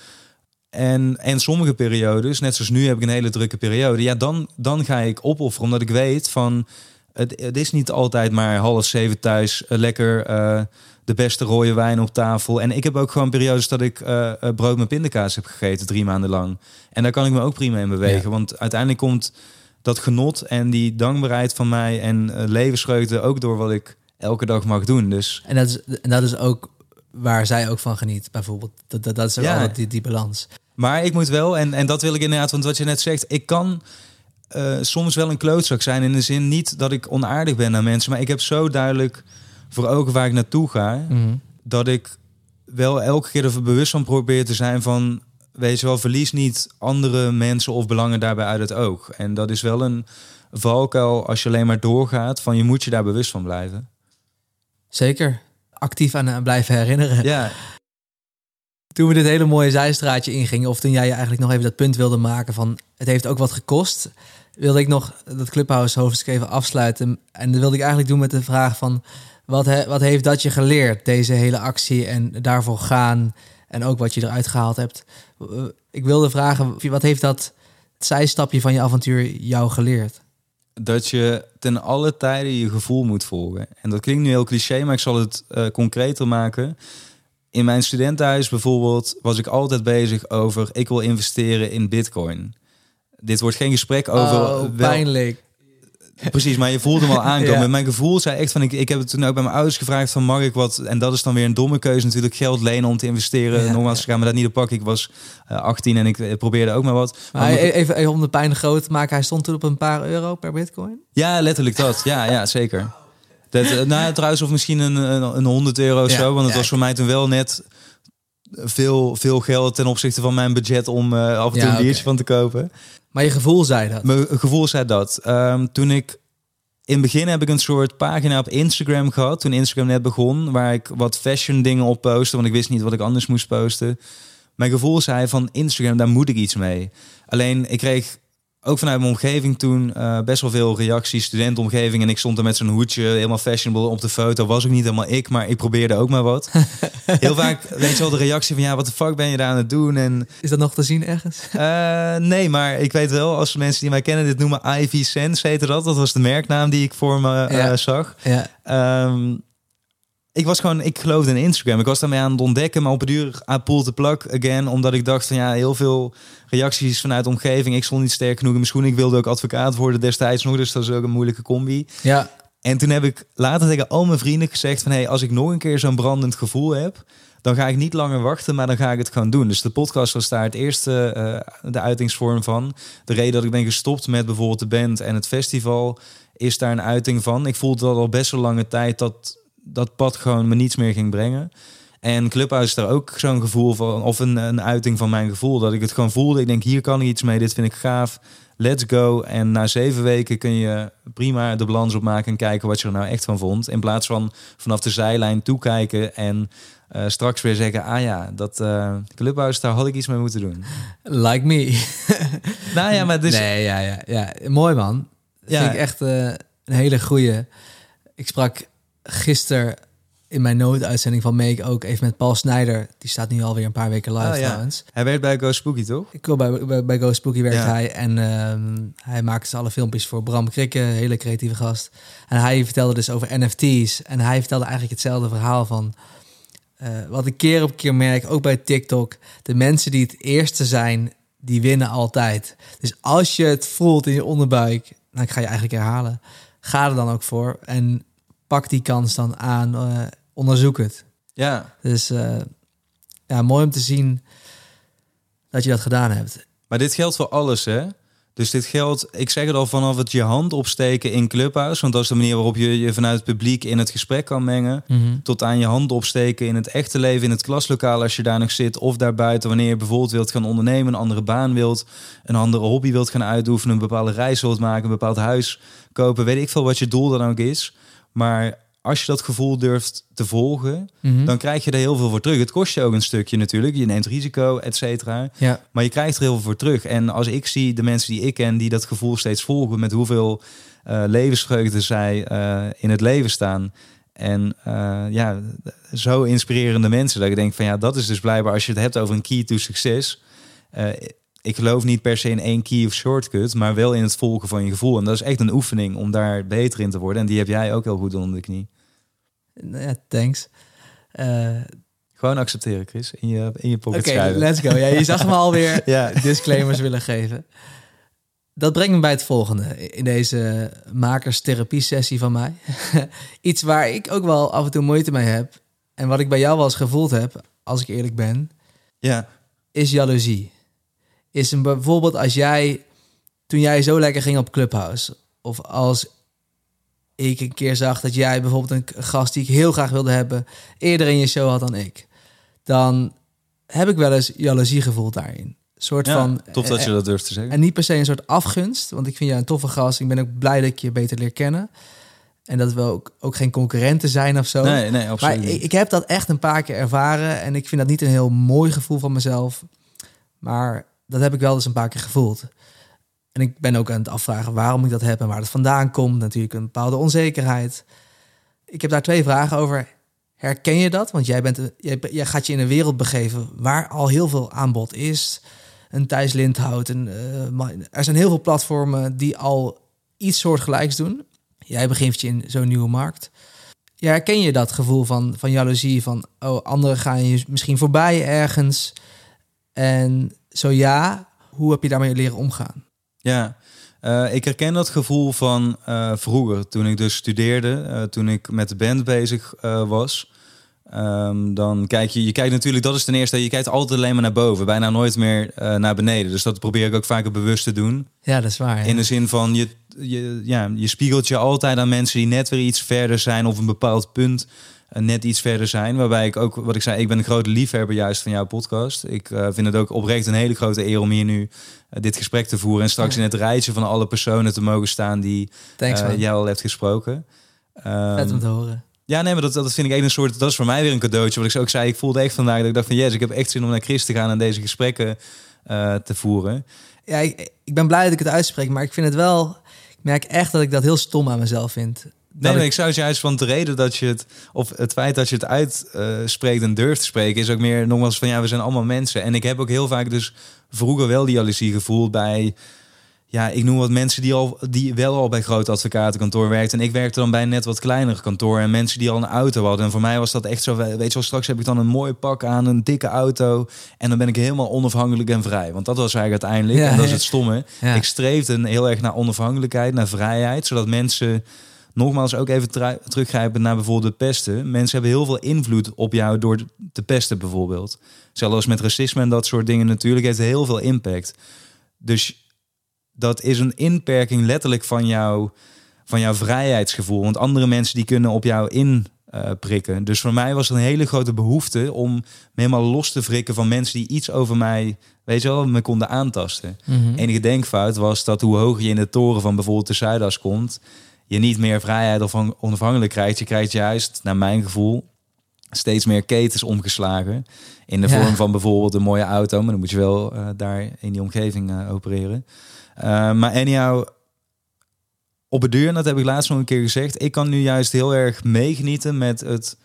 En sommige periodes, net zoals nu heb ik een hele drukke periode. Ja, dan ga ik opofferen, omdat ik weet van het is niet altijd maar 6:30 thuis, lekker de beste rode wijn op tafel. En ik heb ook gewoon periodes dat ik brood met pindakaas heb gegeten 3 maanden lang. En daar kan ik me ook prima in bewegen. Ja. Want uiteindelijk komt dat genot en die dankbaarheid van mij en levensvreugde ook door wat ik elke dag mag doen. Dus. En dat is ook waar zij ook van geniet, bijvoorbeeld. Dat is ook altijd die balans. Maar ik moet wel, en dat wil ik inderdaad, want wat je net zegt, ik kan soms wel een klootzak zijn in de zin niet dat ik onaardig ben naar mensen, maar ik heb zo duidelijk voor ogen waar ik naartoe ga, dat ik wel elke keer er bewust van probeer te zijn van, weet je wel, verlies niet andere mensen of belangen daarbij uit het oog. En dat is wel een valkuil als je alleen maar doorgaat, van je moet je daar bewust van blijven. Zeker. Actief aan blijven herinneren. Ja. Toen we dit hele mooie zijstraatje ingingen, of toen jij eigenlijk nog even dat punt wilde maken van het heeft ook wat gekost, wilde ik nog dat Clubhouse hoofdstuk even afsluiten. En dat wilde ik eigenlijk doen met de vraag van wat heeft dat je geleerd, deze hele actie en daarvoor gaan en ook wat je eruit gehaald hebt. Ik wilde vragen, wat heeft dat zijstapje van je avontuur jou geleerd? Dat je ten alle tijden je gevoel moet volgen. En dat klinkt nu heel cliché, maar ik zal het concreter maken. In mijn studentenhuis bijvoorbeeld was ik altijd bezig over, ik wil investeren in Bitcoin. Dit wordt geen gesprek over. Pijnlijk. Precies, maar je voelt hem al aankomen. Ja. Mijn gevoel zei echt van, ik heb het toen ook bij mijn ouders gevraagd van, mag ik wat? En dat is dan weer een domme keuze natuurlijk, geld lenen om te investeren. Ja, nogmaals, ik ga me dat niet op pakken. Ik was 18 en ik probeerde ook maar wat. Maar even om de pijn groot te maken, hij stond toen op een paar euro per Bitcoin? Ja, letterlijk dat. Ja, zeker. Dat, trouwens, of misschien een 100 euro of zo. Want het was voor mij toen wel net veel geld ten opzichte van mijn budget om af en toe een biertje van te kopen. Maar je gevoel zei dat? Mijn gevoel zei dat. Toen ik in het begin heb ik een soort pagina op Instagram gehad. Toen Instagram net begon, waar ik wat fashion dingen op postte. Want ik wist niet wat ik anders moest posten. Mijn gevoel zei van Instagram, daar moet ik iets mee. Alleen ik kreeg ook vanuit mijn omgeving toen best wel veel reacties, studentenomgeving. En ik stond er met zo'n hoedje, helemaal fashionable op de foto. Was ook niet helemaal ik, maar ik probeerde ook maar wat. Heel vaak, weet je wel, de reactie van ja, wat de fuck ben je daar aan het doen? En, is dat nog te zien ergens? Nee, maar ik weet wel, als mensen die mij kennen dit noemen, Ivy Sense heette dat. Dat was de merknaam die ik voor me zag. Ja. Ik geloofde in Instagram. Ik was daarmee aan het ontdekken, maar op een duur pull the plug again. Omdat ik dacht van heel veel reacties vanuit de omgeving. Ik stond niet sterk genoeg in mijn schoenen. Ik wilde ook advocaat worden destijds nog, dus dat is ook een moeilijke combi. Ja. En toen heb ik later tegen al mijn vrienden gezegd van als ik nog een keer zo'n brandend gevoel heb, dan ga ik niet langer wachten, maar dan ga ik het gewoon doen. Dus de podcast was daar het eerste, de uitingsvorm van. De reden dat ik ben gestopt met bijvoorbeeld de band en het festival is daar een uiting van. Ik voelde al best wel lange tijd dat pad gewoon me niets meer ging brengen. En Clubhouse is daar ook zo'n gevoel van, of een uiting van mijn gevoel, dat ik het gewoon voelde. Ik denk, hier kan ik iets mee, dit vind ik gaaf, let's go. En na 7 weken kun je prima de balans opmaken en kijken wat je er nou echt van vond. In plaats van vanaf de zijlijn toekijken en straks weer zeggen, dat Clubhouse, daar had ik iets mee moeten doen. Like me. Nou ja, maar dus. Nee, ja. Mooi man. Dat vind ik echt een hele goeie. Ik sprak gisteren in mijn nooduitzending van Make ook even met Paul Snijder. Die staat nu alweer een paar weken live trouwens. Hij werkt bij Go Spooky, toch? Ik wil bij Go Spooky werkt hij. En hij maakt alle filmpjes voor Bram Krikke, hele creatieve gast. En hij vertelde dus over NFT's. En hij vertelde eigenlijk hetzelfde verhaal van wat ik keer op keer merk, ook bij TikTok. De mensen die het eerste zijn, die winnen altijd. Dus als je het voelt in je onderbuik, dan ga je eigenlijk herhalen. Ga er dan ook voor. En pak die kans dan aan onderzoek het. Ja. Dus mooi om te zien dat je dat gedaan hebt. Maar dit geldt voor alles, hè? Dus dit geldt, ik zeg het al, vanaf het je hand opsteken in Clubhouse, want dat is de manier waarop je je vanuit het publiek in het gesprek kan mengen, tot aan je hand opsteken in het echte leven, in het klaslokaal als je daar nog zit, of daarbuiten wanneer je bijvoorbeeld wilt gaan ondernemen, een andere baan wilt, een andere hobby wilt gaan uitoefenen, een bepaalde reis wilt maken, een bepaald huis kopen, weet ik veel wat je doel dan ook is. Maar als je dat gevoel durft te volgen, dan krijg je er heel veel voor terug. Het kost je ook een stukje natuurlijk. Je neemt risico, et cetera. Ja. Maar je krijgt er heel veel voor terug. En als ik zie de mensen die ik ken die dat gevoel steeds volgen, met hoeveel levensvreugde zij in het leven staan. En zo inspirerende mensen. Dat ik denk van dat is dus blijkbaar, als je het hebt over een key to succes. Ik geloof niet per se in één key of shortcut, maar wel in het volgen van je gevoel. En dat is echt een oefening om daar beter in te worden. En die heb jij ook heel goed onder de knie. Ja, thanks. Gewoon accepteren, Chris. In je pocket schrijven. Let's go. Ja, je zag me alweer disclaimers willen geven. Dat brengt me bij het volgende. In deze makerstherapie-sessie van mij. Iets waar ik ook wel af en toe moeite mee heb. En wat ik bij jou wel eens gevoeld heb, als ik eerlijk ben, is jaloezie. Is bijvoorbeeld toen jij zo lekker ging op Clubhouse, of als ik een keer zag dat jij bijvoorbeeld een gast die ik heel graag wilde hebben eerder in je show had dan ik, dan heb ik wel eens jaloezie gevoeld daarin. Soort van, tof dat je dat durft te zeggen. En niet per se een soort afgunst, want ik vind jou een toffe gast. Ik ben ook blij dat ik je beter leer kennen. En dat we ook geen concurrenten zijn of zo. Nee, absoluut. Maar ik heb dat echt een paar keer ervaren en ik vind dat niet een heel mooi gevoel van mezelf. Maar dat heb ik wel eens een paar keer gevoeld. En ik ben ook aan het afvragen waarom ik dat heb en waar het vandaan komt. Natuurlijk een bepaalde onzekerheid. Ik heb daar 2 vragen over. Herken je dat? Want jij gaat je in een wereld begeven waar al heel veel aanbod is. Een Thijs Lindhout. Er zijn heel veel platformen die al iets soortgelijks doen. Jij begeeft je in zo'n nieuwe markt. Ja, herken je dat gevoel van jaloezie? Van, anderen gaan je misschien voorbij ergens. En zo ja, hoe heb je daarmee leren omgaan? Ja, ik herken dat gevoel van vroeger, toen ik dus studeerde, toen ik met de band bezig was. Dan kijkt natuurlijk, dat is ten eerste, je kijkt altijd alleen maar naar boven, bijna nooit meer naar beneden. Dus dat probeer ik ook vaker bewust te doen. Ja, dat is waar. Ja. In de zin van, je spiegelt je altijd aan mensen die net weer iets verder zijn of een bepaald punt net iets verder zijn. Waarbij ik ook, wat ik zei, ik ben een grote liefhebber juist van jouw podcast. Ik vind het ook oprecht een hele grote eer om hier nu dit gesprek te voeren en straks in het rijtje van alle personen te mogen staan die jij al hebt gesproken. Vet om te horen. Ja, nee, maar dat vind ik echt een soort, dat is voor mij weer een cadeautje. Wat ik ook zei, ik voelde echt vandaag dat ik dacht van yes, ik heb echt zin om naar Chris te gaan en deze gesprekken te voeren. Ja, ik ben blij dat ik het uitspreek, maar ik vind het wel, ik merk echt dat ik dat heel stom aan mezelf vind. Nee, ik zou het juist van de reden dat je het, of het feit dat je het uitspreekt en durft te spreken, is ook meer nogmaals van we zijn allemaal mensen. En ik heb ook heel vaak dus vroeger wel die jaloezie gevoeld bij, ik noem wat mensen die wel al bij groot advocatenkantoor werkten. En ik werkte dan bij een net wat kleiner kantoor en mensen die al een auto hadden. En voor mij was dat echt zo, weet je wel, straks heb ik dan een mooi pak aan, een dikke auto en dan ben ik helemaal onafhankelijk en vrij. Want dat was eigenlijk uiteindelijk, en dat is het stomme. Ja. Ik streefde heel erg naar onafhankelijkheid, naar vrijheid, zodat mensen, nogmaals ook even teruggrijpen naar bijvoorbeeld de pesten. Mensen hebben heel veel invloed op jou door te pesten bijvoorbeeld. Zelfs met racisme en dat soort dingen natuurlijk heeft heel veel impact. Dus dat is een inperking letterlijk van jouw vrijheidsgevoel. Want andere mensen die kunnen op jou inprikken. Dus voor mij was er een hele grote behoefte om me helemaal los te wrikken van mensen die iets over mij, weet je wel, me konden aantasten. Enige denkfout was dat hoe hoger je in de toren van bijvoorbeeld de Zuidas komt, je niet meer vrijheid of onafhankelijk krijgt. Je krijgt juist, naar mijn gevoel, steeds meer ketens omgeslagen. In de vorm van bijvoorbeeld een mooie auto. Maar dan moet je wel daar in die omgeving opereren. Maar anyhow, op het duur, dat heb ik laatst nog een keer gezegd, ik kan nu juist heel erg meegenieten met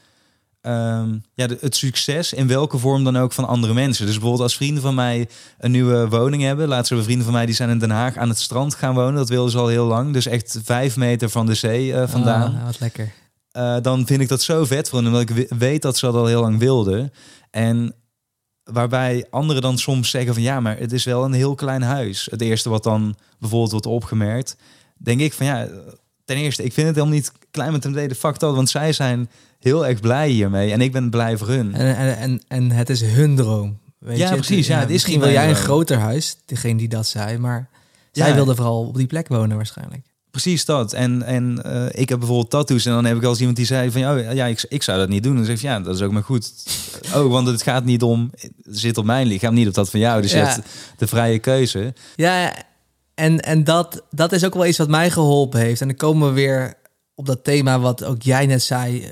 het succes in welke vorm dan ook van andere mensen. Dus bijvoorbeeld als vrienden van mij een nieuwe woning hebben. Laatst hebben vrienden van mij die zijn in Den Haag aan het strand gaan wonen. Dat wilden ze al heel lang. Dus echt 5 meter van de zee vandaan. Oh, wat lekker. Dan vind ik dat zo vet voor hen, omdat ik weet dat ze dat al heel lang wilden. En waarbij anderen dan soms zeggen van maar het is wel een heel klein huis. Het eerste wat dan bijvoorbeeld wordt opgemerkt, denk ik van ten eerste, ik vind het helemaal niet klein met de fucked up, want zij zijn heel erg blij hiermee en ik ben blij voor hun. En het is hun droom. Weet je? Precies. Ja, het is misschien wil jij een groter huis, degene die dat zei, maar zij wilde vooral op die plek wonen waarschijnlijk. Precies dat. En ik heb bijvoorbeeld tattoos en dan heb ik al eens iemand die zei van ik zou dat niet doen. Dan zeg ik dat is ook maar goed. Want het gaat niet om, het zit op mijn lichaam, niet op dat van jou. Dus je hebt de vrije keuze. Ja, en dat is ook wel iets wat mij geholpen heeft. En dan komen we weer op dat thema wat ook jij net zei.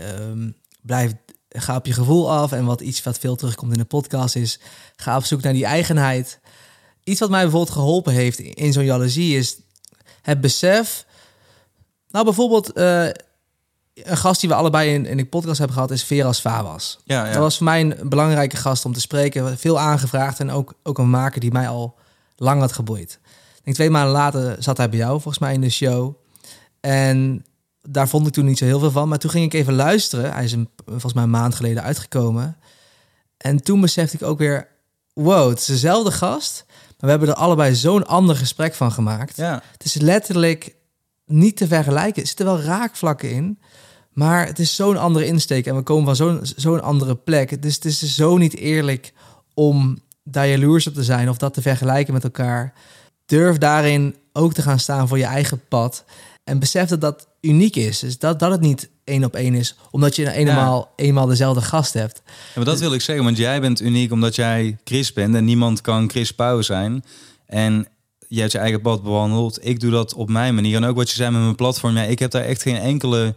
Ga op je gevoel af. En wat veel terugkomt in de podcast is, ga op zoek naar die eigenheid. Iets wat mij bijvoorbeeld geholpen heeft in zo'n jaloezie is het besef. Nou, bijvoorbeeld een gast die we allebei in de podcast hebben gehad is Veras Fawaz. Ja. Dat was voor mij een belangrijke gast om te spreken. Veel aangevraagd en ook een maker die mij al lang had geboeid. Ik denk 2 maanden later zat hij bij jou volgens mij in de show. En daar vond ik toen niet zo heel veel van. Maar toen ging ik even luisteren. Hij is volgens mij een maand geleden uitgekomen. En toen besefte ik ook weer, wow, het is dezelfde gast. Maar we hebben er allebei zo'n ander gesprek van gemaakt. Ja. Het is letterlijk niet te vergelijken. Er zitten wel raakvlakken in. Maar het is zo'n andere insteek. En we komen van zo'n andere plek. Dus het is zo niet eerlijk om daar jaloers op te zijn. Of dat te vergelijken met elkaar. Durf daarin ook te gaan staan voor je eigen pad. En besef dat dat uniek is. Dus dat het niet 1 op 1 is. Omdat je eenmaal dezelfde gast hebt. Ja, maar dat wil ik zeggen. Want jij bent uniek omdat jij Chris bent. En niemand kan Chris Pauw zijn. En je hebt je eigen pad bewandeld. Ik doe dat op mijn manier. En ook wat je zei met mijn platform. Ja, ik heb daar echt geen enkele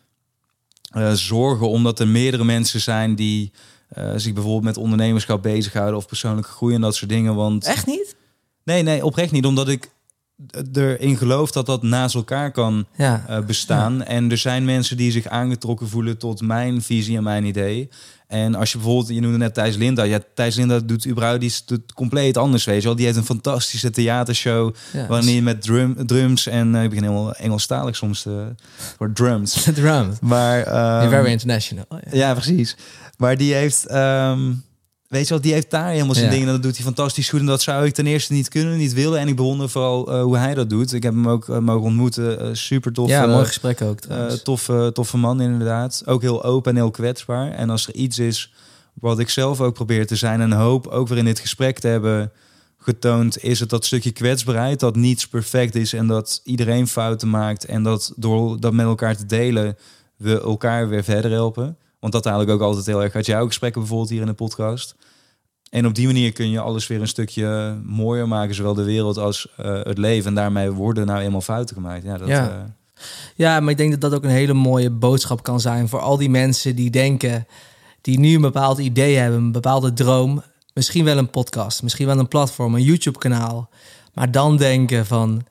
zorgen. Omdat er meerdere mensen zijn die zich bijvoorbeeld met ondernemerschap bezighouden. Of persoonlijke groei en dat soort dingen. Want Echt niet? Nee, oprecht niet. Omdat ik erin geloof dat dat naast elkaar kan bestaan. Ja. En er zijn mensen die zich aangetrokken voelen tot mijn visie en mijn idee. En als je bijvoorbeeld, je noemde net Thijs Linda. Ja, Thijs Linda doet überhaupt iets compleet anders, weet je wel. Die heeft een fantastische theatershow waarin je met drums en ik begin helemaal Engelstalig soms voor drums. Drums. Maar very international. Ja, precies. Maar die heeft weet je wel, die heeft daar helemaal zijn dingen en dat doet hij fantastisch goed. En dat zou ik ten eerste niet kunnen, niet willen. En ik bewonder vooral hoe hij dat doet. Ik heb hem ook mogen ontmoeten. Super tof. Ja, mooi gesprek ook. Toffe man inderdaad. Ook heel open en heel kwetsbaar. En als er iets is wat ik zelf ook probeer te zijn en hoop ook weer in dit gesprek te hebben getoond, is het dat stukje kwetsbaarheid, dat niets perfect is en dat iedereen fouten maakt. En dat door dat met elkaar te delen, we elkaar weer verder helpen. Want dat eigenlijk ook altijd heel erg uit jouw gesprekken bijvoorbeeld hier in de podcast. En op die manier kun je alles weer een stukje mooier maken, zowel de wereld als het leven. En daarmee worden nou eenmaal fouten gemaakt. Ja, maar ik denk dat dat ook een hele mooie boodschap kan zijn voor al die mensen die denken, die nu een bepaald idee hebben, een bepaalde droom. Misschien wel een podcast, misschien wel een platform, een YouTube-kanaal. Maar dan denken van,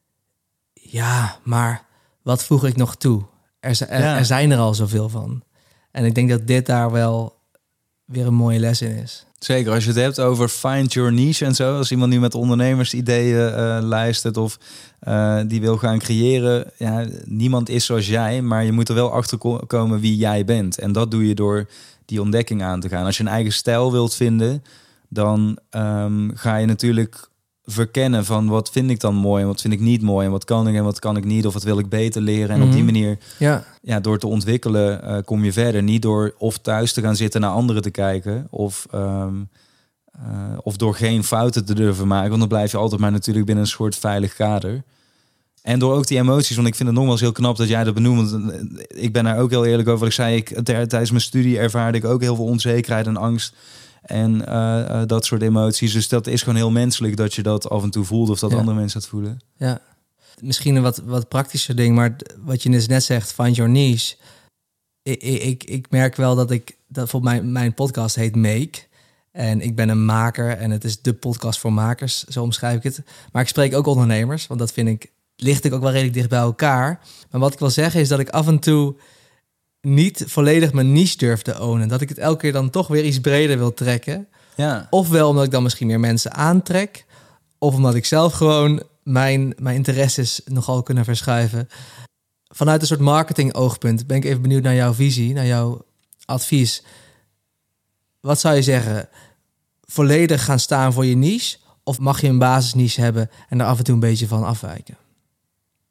ja, maar wat voeg ik nog toe? Er zijn er al zoveel van. En ik denk dat dit daar wel weer een mooie les in is. Zeker, als je het hebt over find your niche en zo. Als iemand nu met ondernemersideeën luistert of die wil gaan creëren. Ja, niemand is zoals jij, maar je moet er wel achter komen wie jij bent. En dat doe je door die ontdekking aan te gaan. Als je een eigen stijl wilt vinden, dan ga je natuurlijk verkennen van wat vind ik dan mooi en wat vind ik niet mooi en wat kan ik en wat kan ik niet of wat wil ik beter leren. En op die manier, door te ontwikkelen kom je verder. Niet door of thuis te gaan zitten naar anderen te kijken of door geen fouten te durven maken, want dan blijf je altijd maar natuurlijk binnen een soort veilig kader. En door ook die emoties, want ik vind het nogmaals heel knap dat jij dat benoemt. Want ik ben daar ook heel eerlijk over. Ik zei, tijdens mijn studie ervaarde ik ook heel veel onzekerheid en angst. En dat soort emoties. Dus dat is gewoon heel menselijk dat je dat af en toe voelt of dat andere mensen dat voelen. Ja, misschien een wat praktischer ding, maar wat je dus net zegt, find your niche. Ik merk wel dat voor mijn podcast heet Make. En ik ben een maker en het is de podcast voor makers, zo omschrijf ik het. Maar ik spreek ook ondernemers, want dat ligt ik ook wel redelijk dicht bij elkaar. Maar wat ik wil zeggen is dat ik af en toe niet volledig mijn niche durf te ownen. Dat ik het elke keer dan toch weer iets breder wil trekken. Ja. Ofwel omdat ik dan misschien meer mensen aantrek. Of omdat ik zelf gewoon mijn interesses nogal kunnen verschuiven. Vanuit een soort marketing oogpunt ben ik even benieuwd naar jouw visie, naar jouw advies. Wat zou je zeggen? Volledig gaan staan voor je niche? Of mag je een basisniche hebben en er af en toe een beetje van afwijken?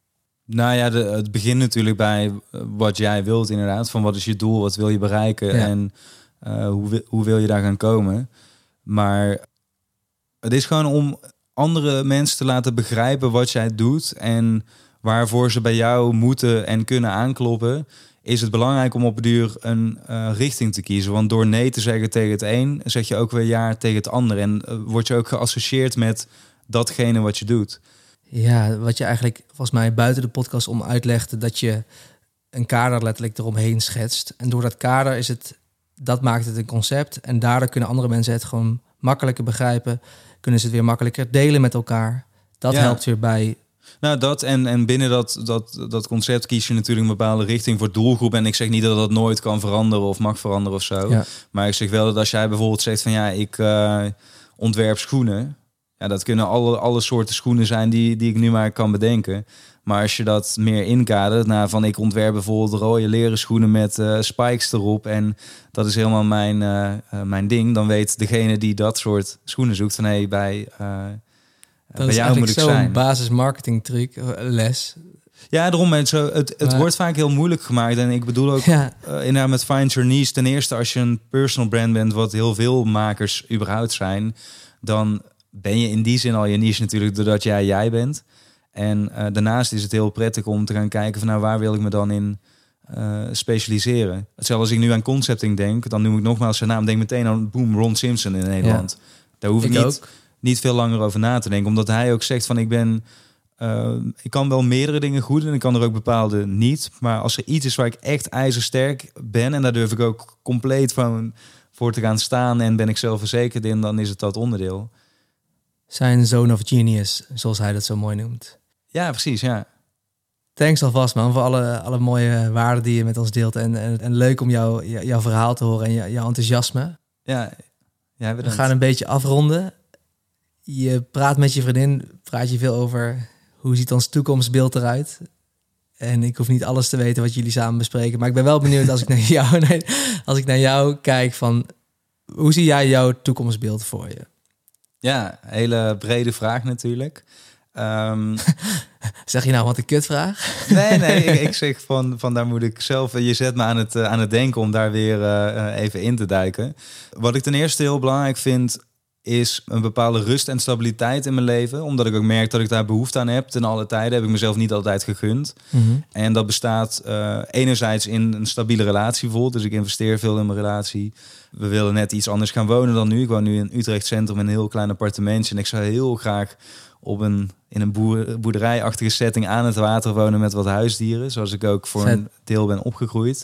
Nou ja, het begint natuurlijk bij wat jij wilt inderdaad. Van wat is je doel, wat wil je bereiken en hoe wil je daar gaan komen. Maar het is gewoon om andere mensen te laten begrijpen wat jij doet en waarvoor ze bij jou moeten en kunnen aankloppen, is het belangrijk om op een duur een richting te kiezen. Want door nee te zeggen tegen het een, zeg je ook weer ja tegen het ander. En word je ook geassocieerd met datgene wat je doet. Ja, wat je eigenlijk volgens mij buiten de podcast om uitlegde, dat je een kader letterlijk eromheen schetst. En door dat kader dat maakt het een concept. En daardoor kunnen andere mensen het gewoon makkelijker begrijpen. Kunnen ze het weer makkelijker delen met elkaar. Dat helpt weer bij. Nou, dat en binnen dat concept kies je natuurlijk een bepaalde richting voor doelgroep. En ik zeg niet dat dat nooit kan veranderen of mag veranderen of zo. Ja. Maar ik zeg wel dat als jij bijvoorbeeld zegt van ja, ik ontwerp schoenen. Ja, dat kunnen alle soorten schoenen zijn die ik nu maar kan bedenken. Maar als je dat meer inkadert, van ik ontwerp bijvoorbeeld rode leren schoenen met spikes erop en dat is helemaal mijn ding, dan weet degene die dat soort schoenen zoekt van hey, bij jou moet ik zijn. Dat is zo'n basis marketing truc, les. Ja, daarom. Het wordt vaak heel moeilijk gemaakt. En ik bedoel ook inderdaad met Find Your Niche. Ten eerste, als je een personal brand bent, wat heel veel makers überhaupt zijn, dan ben je in die zin al je niche natuurlijk doordat jij bent. En daarnaast is het heel prettig om te gaan kijken van waar wil ik me dan in specialiseren. Hetzelfde als ik nu aan concepting denk, dan noem ik nogmaals zijn naam. Denk meteen aan Ron Simpson in Nederland. Ja. Daar hoef ik niet veel langer over na te denken. Omdat hij ook zegt van ik kan wel meerdere dingen goed en ik kan er ook bepaalde niet. Maar als er iets is waar ik echt ijzersterk ben en daar durf ik ook compleet van voor te gaan staan en ben ik zelfverzekerd in, dan is het dat onderdeel. Zijn zone of genius, zoals hij dat zo mooi noemt. Ja, precies, ja. Thanks alvast, man, voor alle mooie waarden die je met ons deelt. En leuk om jouw verhaal te horen en jouw enthousiasme. Ja, we gaan een beetje afronden. Je praat met je vriendin, praat je veel over hoe ziet ons toekomstbeeld eruit. En ik hoef niet alles te weten wat jullie samen bespreken. Maar ik ben wel benieuwd als ik naar jou kijk van hoe zie jij jouw toekomstbeeld voor je? Ja, hele brede vraag natuurlijk. Zeg je nou wat een kutvraag? Nee, ik zeg van daar moet ik zelf. Je zet me aan het denken om daar weer even in te duiken. Wat ik ten eerste heel belangrijk vind, is een bepaalde rust en stabiliteit in mijn leven. Omdat ik ook merk dat ik daar behoefte aan heb. Ten alle tijden heb ik mezelf niet altijd gegund. Mm-hmm. En dat bestaat enerzijds in een stabiele relatie bijvoorbeeld. Dus ik investeer veel in mijn relatie. We willen net iets anders gaan wonen dan nu. Ik woon nu in Utrecht Centrum in een heel klein appartementje. En ik zou heel graag in een boerderijachtige setting aan het water wonen met wat huisdieren. Zoals ik ook voor een deel ben opgegroeid.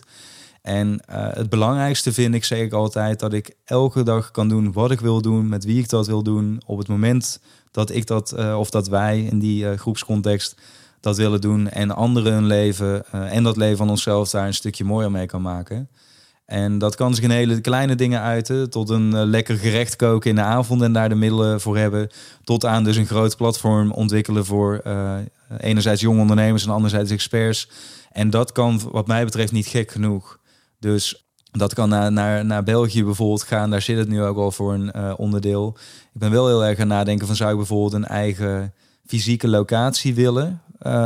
En het belangrijkste vind ik, zeg ik altijd, dat ik elke dag kan doen wat ik wil doen, met wie ik dat wil doen, op het moment dat ik dat, of dat wij in die groepscontext dat willen doen en anderen hun leven en dat leven van onszelf daar een stukje mooier mee kan maken. En dat kan zich in hele kleine dingen uiten, tot een lekker gerecht koken in de avond en daar de middelen voor hebben, tot aan dus een groot platform ontwikkelen voor enerzijds jonge ondernemers en anderzijds experts. En dat kan wat mij betreft niet gek genoeg. Dus dat kan naar België bijvoorbeeld gaan. Daar zit het nu ook al voor een onderdeel. Ik ben wel heel erg aan nadenken van zou ik bijvoorbeeld een eigen fysieke locatie willen.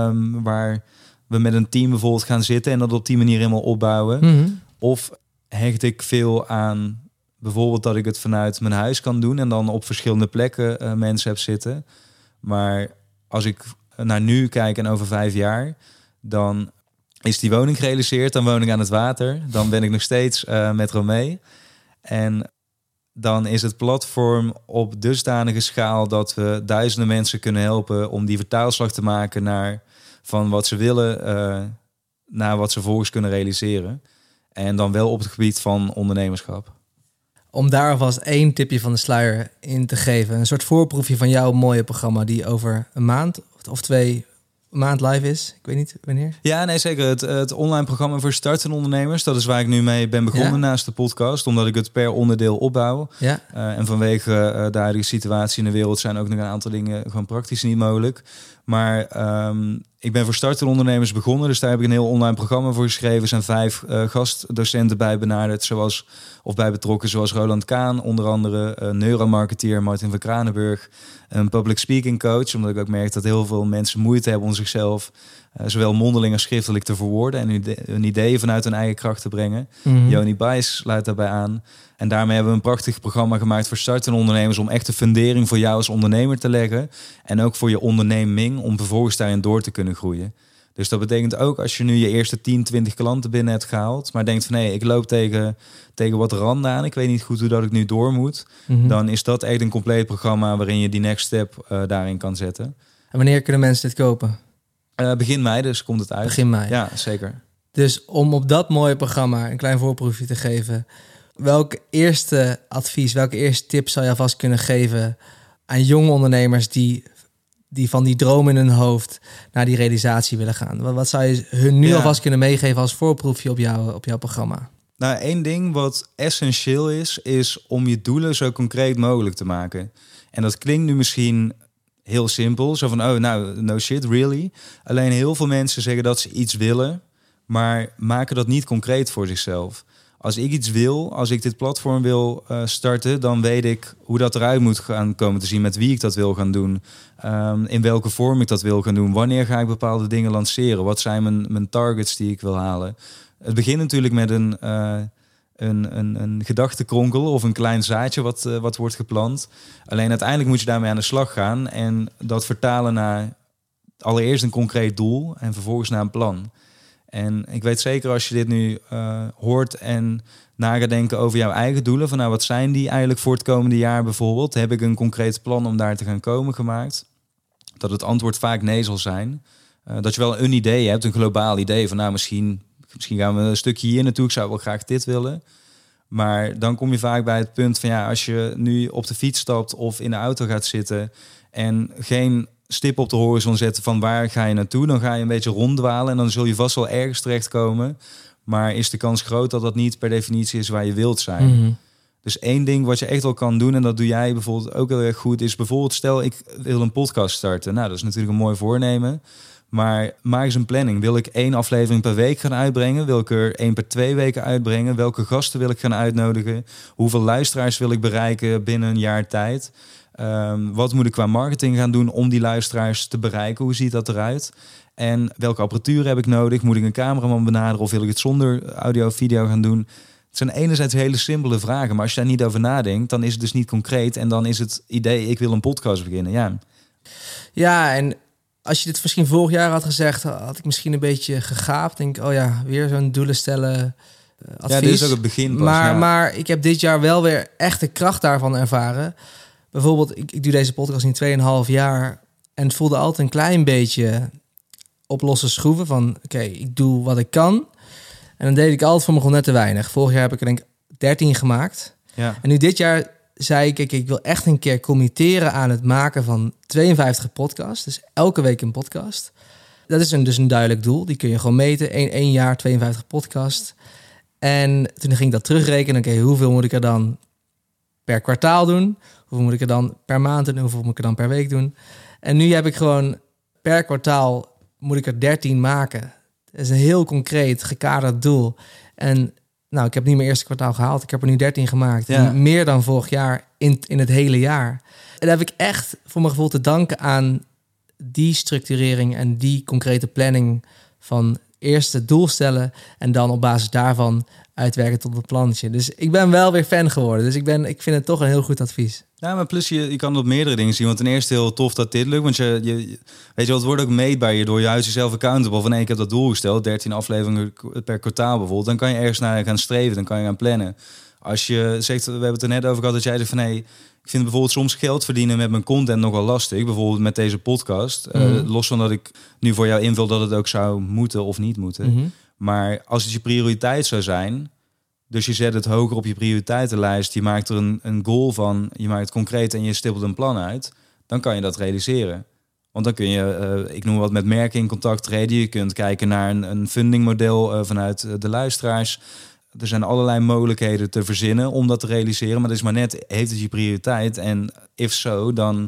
Waar we met een team bijvoorbeeld gaan zitten en dat op die manier helemaal opbouwen. Mm-hmm. Of hecht ik veel aan bijvoorbeeld dat ik het vanuit mijn huis kan doen en dan op verschillende plekken mensen heb zitten. Maar als ik naar nu kijk en over 5 jaar, dan is die woning gerealiseerd, dan woon ik aan het water. Dan ben ik nog steeds met Romee. En dan is het platform op dusdanige schaal dat we duizenden mensen kunnen helpen om die vertaalslag te maken naar van wat ze willen naar wat ze volgens kunnen realiseren. En dan wel op het gebied van ondernemerschap. Om daar alvast 1 tipje van de sluier in te geven. Een soort voorproefje van jouw mooie programma die over een maand of 2 maand live is. Ik weet niet wanneer. Ja, nee, zeker. Het online programma voor startende ondernemers. Dat is waar ik nu mee ben begonnen naast de podcast. Omdat ik het per onderdeel opbouw. Ja. En vanwege de huidige situatie in de wereld zijn ook nog een aantal dingen gewoon praktisch niet mogelijk. Maar ik ben voor startende ondernemers begonnen. Dus daar heb ik een heel online programma voor geschreven. Er zijn 5 gastdocenten bij benaderd. Bij betrokken, zoals Roland Kaan. Onder andere neuromarketeer Martin van Kranenburg. Een public speaking coach. Omdat ik ook merk dat heel veel mensen moeite hebben om zichzelf zowel mondeling als schriftelijk te verwoorden en hun ideeën vanuit hun eigen kracht te brengen. Joni Bijs sluit daarbij aan. En daarmee hebben we een prachtig programma gemaakt voor startende ondernemers om echt de fundering voor jou als ondernemer te leggen. En ook voor je onderneming om vervolgens daarin door te kunnen groeien. Dus dat betekent ook als je nu je eerste 10, 20 klanten binnen hebt gehaald, maar denkt van nee, ik loop tegen wat randen aan, ik weet niet goed hoe dat ik nu door moet. Dan is dat echt een compleet programma waarin je die next step daarin kan zetten. En wanneer kunnen mensen dit kopen? Begin mei, dus komt het uit. Begin mei. Ja, zeker. Dus om op dat mooie programma een klein voorproefje te geven, welk eerste advies, welke eerste tip zou je alvast kunnen geven aan jonge ondernemers die van die droom in hun hoofd naar die realisatie willen gaan? Wat zou je hun nu alvast kunnen meegeven als voorproefje op jouw programma? Nou, één ding wat essentieel is om je doelen zo concreet mogelijk te maken. En dat klinkt nu misschien heel simpel, zo van, oh, nou, no shit, really? Alleen heel veel mensen zeggen dat ze iets willen, maar maken dat niet concreet voor zichzelf. Als ik iets wil, als ik dit platform wil starten, dan weet ik hoe dat eruit moet gaan komen te zien, met wie ik dat wil gaan doen, in welke vorm ik dat wil gaan doen, wanneer ga ik bepaalde dingen lanceren, wat zijn mijn targets die ik wil halen. Het begint natuurlijk met een gedachtenkronkel of een klein zaadje wat wordt geplant. Alleen uiteindelijk moet je daarmee aan de slag gaan en dat vertalen naar allereerst een concreet doel en vervolgens naar een plan. En ik weet zeker als je dit nu hoort en na gaat denken over jouw eigen doelen, van nou, wat zijn die eigenlijk voor het komende jaar bijvoorbeeld? Heb ik een concreet plan om daar te gaan komen gemaakt? Dat het antwoord vaak nee zal zijn. Dat je wel een idee hebt, een globaal idee van nou, misschien gaan we een stukje hier naartoe, ik zou wel graag dit willen. Maar dan kom je vaak bij het punt van ja, als je nu op de fiets stapt of in de auto gaat zitten en geen stip op de horizon zetten van waar ga je naartoe, dan ga je een beetje ronddwalen en dan zul je vast wel ergens terechtkomen. Maar is de kans groot dat dat niet per definitie is waar je wilt zijn. Dus één ding wat je echt wel kan doen, en dat doe jij bijvoorbeeld ook heel erg goed, is bijvoorbeeld stel ik wil een podcast starten. Nou, dat is natuurlijk een mooi voornemen. Maar maak eens een planning. Wil ik 1 aflevering per week gaan uitbrengen? Wil ik er 1 per 2 weken uitbrengen? Welke gasten wil ik gaan uitnodigen? Hoeveel luisteraars wil ik bereiken binnen een jaar tijd? Wat moet ik qua marketing gaan doen om die luisteraars te bereiken? Hoe ziet dat eruit? En welke apparatuur heb ik nodig? Moet ik een cameraman benaderen of wil ik het zonder audio of video gaan doen? Het zijn enerzijds hele simpele vragen, maar als je daar niet over nadenkt, dan is het dus niet concreet. En dan is het idee, ik wil een podcast beginnen. Ja, en als je dit misschien vorig jaar had gezegd, had ik misschien een beetje gegaapt. Denk, oh ja, weer zo'n doelen stellen advies. Ja, dit is ook het begin pas, maar ik heb dit jaar wel weer echt de kracht daarvan ervaren. Bijvoorbeeld, ik doe deze podcast nu 2,5 jaar en het voelde altijd een klein beetje op losse schroeven van, oké, ik doe wat ik kan. En dan deed ik altijd voor me gewoon net te weinig. Vorig jaar heb ik er denk ik 13 gemaakt. Ja. En nu dit jaar zei ik wil echt een keer committeren aan het maken van 52 podcasts. Dus elke week een podcast. Dat is dus een duidelijk doel. Die kun je gewoon meten. 1 jaar, 52 podcasts. En toen ging ik dat terugrekenen. Oké, hoeveel moet ik er dan per kwartaal doen? Hoeveel moet ik er dan per maand doen? Hoeveel moet ik er dan per week doen? En nu heb ik gewoon per kwartaal moet ik er 13 maken. Dat is een heel concreet, gekaderd doel. En nou, ik heb niet mijn eerste kwartaal gehaald. Ik heb er nu 13 gemaakt. Ja. Meer dan vorig jaar in het hele jaar. En daar heb ik echt voor mijn gevoel te danken aan die structurering en die concrete planning van eerst het doel stellen en dan op basis daarvan uitwerken tot het plannetje. Dus ik ben wel weer fan geworden. Dus ik vind het toch een heel goed advies. Ja, maar plus je kan het op meerdere dingen zien. Want ten eerste heel tof dat dit lukt. Want je weet je wel, het wordt ook meetbaar hierdoor. Je houdt jezelf accountable. Van ik heb dat doel gesteld, 13 afleveringen per kwartaal bijvoorbeeld. Dan kan je ergens naar gaan streven, dan kan je gaan plannen. Als je zegt, we hebben het er net over gehad, dat jij zegt van ik vind bijvoorbeeld soms geld verdienen met mijn content nogal lastig. Bijvoorbeeld met deze podcast. Los van dat ik nu voor jou invul dat het ook zou moeten of niet moeten. Maar als het je prioriteit zou zijn, dus je zet het hoger op je prioriteitenlijst, je maakt er een goal van, je maakt het concreet en je stippelt een plan uit, dan kan je dat realiseren. Want dan kun je, ik noem wat, met merken in contact treden. Je kunt kijken naar een fundingmodel vanuit de luisteraars. Er zijn allerlei mogelijkheden te verzinnen om dat te realiseren. Maar dat is maar net, heeft het je prioriteit? En if so, dan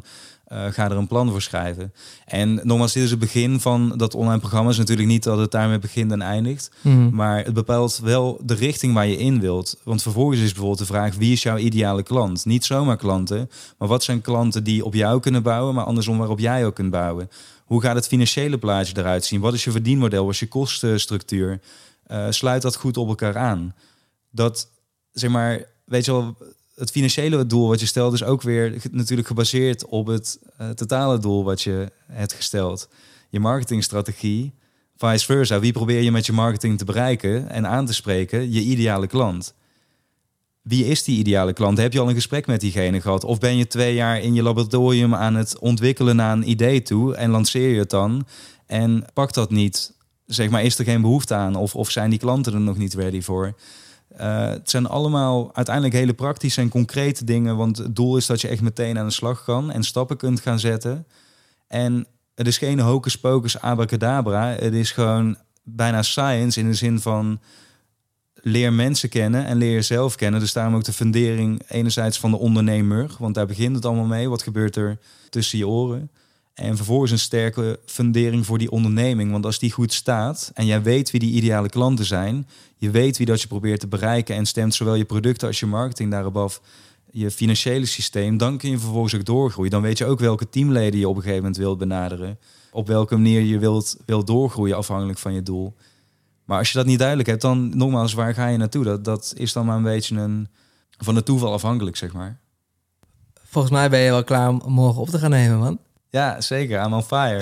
Ga er een plan voor schrijven. En nogmaals, dit is het begin van dat online programma. Is natuurlijk niet dat het daarmee begint en eindigt. Maar het bepaalt wel de richting waar je in wilt. Want vervolgens is bijvoorbeeld de vraag, wie is jouw ideale klant? Niet zomaar klanten, maar wat zijn klanten die op jou kunnen bouwen, maar andersom waarop jij ook kunt bouwen? Hoe gaat het financiële plaatje eruit zien? Wat is je verdienmodel? Wat is je kostenstructuur? Sluit dat goed op elkaar aan? Dat, zeg maar, weet je wel, het financiële doel wat je stelt is ook weer natuurlijk gebaseerd op het totale doel wat je hebt gesteld. Je marketingstrategie, vice versa. Wie probeer je met je marketing te bereiken en aan te spreken? Je ideale klant. Wie is die ideale klant? Heb je al een gesprek met diegene gehad? Of ben je 2 jaar in je laboratorium aan het ontwikkelen naar een idee toe en lanceer je het dan? En pakt dat niet? Zeg maar, is er geen behoefte aan? Of zijn die klanten er nog niet ready voor? Het zijn allemaal uiteindelijk hele praktische en concrete dingen. Want het doel is dat je echt meteen aan de slag kan en stappen kunt gaan zetten. En het is geen hocus pocus abracadabra. Het is gewoon bijna science in de zin van leer mensen kennen en leer jezelf kennen. Dus daarom ook de fundering enerzijds van de ondernemer. Want daar begint het allemaal mee. Wat gebeurt er tussen je oren? En vervolgens een sterke fundering voor die onderneming. Want als die goed staat en jij weet wie die ideale klanten zijn, je weet wie dat je probeert te bereiken en stemt zowel je producten als je marketing daarop af, je financiële systeem, dan kun je vervolgens ook doorgroeien. Dan weet je ook welke teamleden je op een gegeven moment wilt benaderen. Op welke manier je wilt doorgroeien afhankelijk van je doel. Maar als je dat niet duidelijk hebt, dan nogmaals, waar ga je naartoe? Dat is dan maar een beetje van het toeval afhankelijk, zeg maar. Volgens mij ben je wel klaar om morgen op te gaan nemen, man. Ja, zeker. I'm on fire.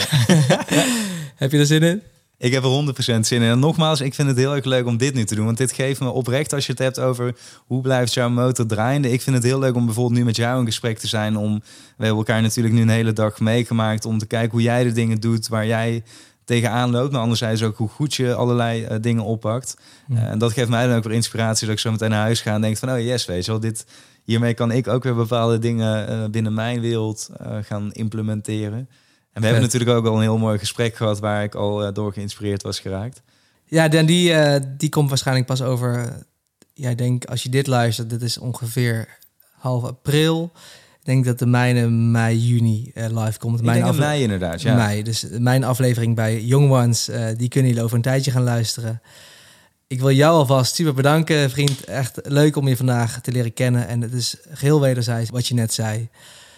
Heb je er zin in? Ik heb er 100% zin in. En nogmaals, ik vind het heel erg leuk om dit nu te doen. Want dit geeft me oprecht, als je het hebt over hoe blijft jouw motor draaiende. Ik vind het heel leuk om bijvoorbeeld nu met jou in gesprek te zijn. We hebben elkaar natuurlijk nu een hele dag meegemaakt om te kijken hoe jij de dingen doet waar jij tegenaan loopt. Maar anderzijds ook hoe goed je allerlei dingen oppakt. En dat geeft mij dan ook weer inspiratie dat ik zo meteen naar huis ga en denk van, oh yes, weet je wel, hiermee kan ik ook weer bepaalde dingen binnen mijn wereld gaan implementeren. En we hebben natuurlijk ook al een heel mooi gesprek gehad waar ik al door geïnspireerd was geraakt. Ja, Dan die komt waarschijnlijk pas over. Ja, ik denk als je dit luistert, dit is ongeveer half april. Ik denk dat de mijne mei, juni live komt. Mei inderdaad, ja. Mei, dus mijn aflevering bij Young Ones, die kunnen jullie over een tijdje gaan luisteren. Ik wil jou alvast super bedanken, vriend. Echt leuk om je vandaag te leren kennen. En het is geheel wederzijds wat je net zei.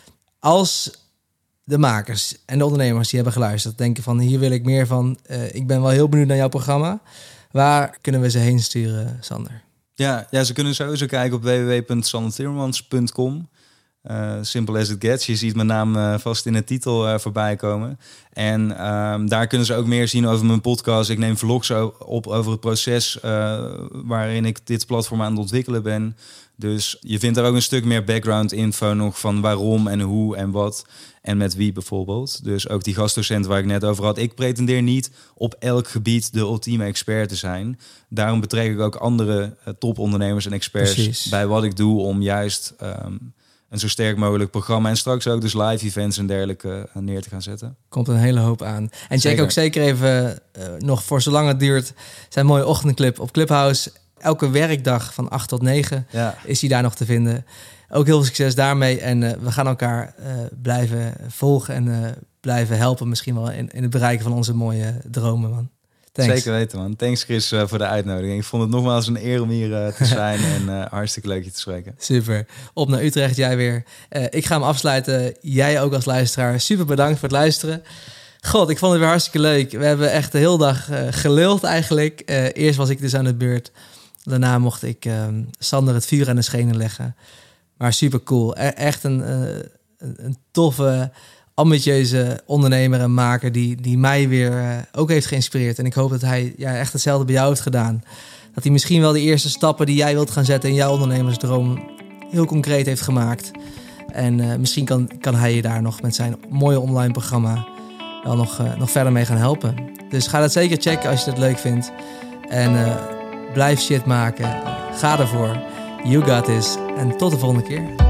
Als de makers en de ondernemers die hebben geluisterd denken van, hier wil ik meer van. Ik ben wel heel benieuwd naar jouw programma. Waar kunnen we ze heen sturen, Sander? Ja, ze kunnen sowieso kijken op www.sandertimmermans.com. Simple as it gets. Je ziet mijn naam vast in de titel voorbij komen. En daar kunnen ze ook meer zien over mijn podcast. Ik neem vlogs op over het proces waarin ik dit platform aan het ontwikkelen ben. Dus je vindt daar ook een stuk meer background info nog van waarom en hoe en wat en met wie bijvoorbeeld. Dus ook die gastdocent waar ik net over had. Ik pretendeer niet op elk gebied de ultieme expert te zijn. Daarom betrek ik ook andere topondernemers en experts bij wat ik doe om juist een zo sterk mogelijk programma en straks ook dus live events en dergelijke neer te gaan zetten. Komt een hele hoop aan. En check ook zeker even nog voor zolang het duurt zijn mooie ochtendclip op Clubhouse. Elke werkdag van 8 tot 9 is hij daar nog te vinden. Ook heel veel succes daarmee. En we gaan elkaar blijven volgen en blijven helpen misschien wel in het bereiken van onze mooie dromen, man. Thanks. Zeker weten, man. Thanks, Chris, voor de uitnodiging. Ik vond het nogmaals een eer om hier te zijn en hartstikke leuk je te spreken. Super. Op naar Utrecht, jij weer. Ik ga hem afsluiten. Jij ook als luisteraar. Super bedankt voor het luisteren. God, ik vond het weer hartstikke leuk. We hebben echt de hele dag geluld eigenlijk. Eerst was ik dus aan de beurt. Daarna mocht ik Sander het vuur aan de schenen leggen. Maar super cool. Echt een toffe, ambitieuze ondernemer en maker die mij weer ook heeft geïnspireerd. En ik hoop dat hij echt hetzelfde bij jou heeft gedaan. Dat hij misschien wel de eerste stappen die jij wilt gaan zetten in jouw ondernemersdroom heel concreet heeft gemaakt. En misschien kan hij je daar nog met zijn mooie online programma wel nog verder mee gaan helpen. Dus ga dat zeker checken als je het leuk vindt. En blijf shit maken. Ga ervoor. You got this. En tot de volgende keer.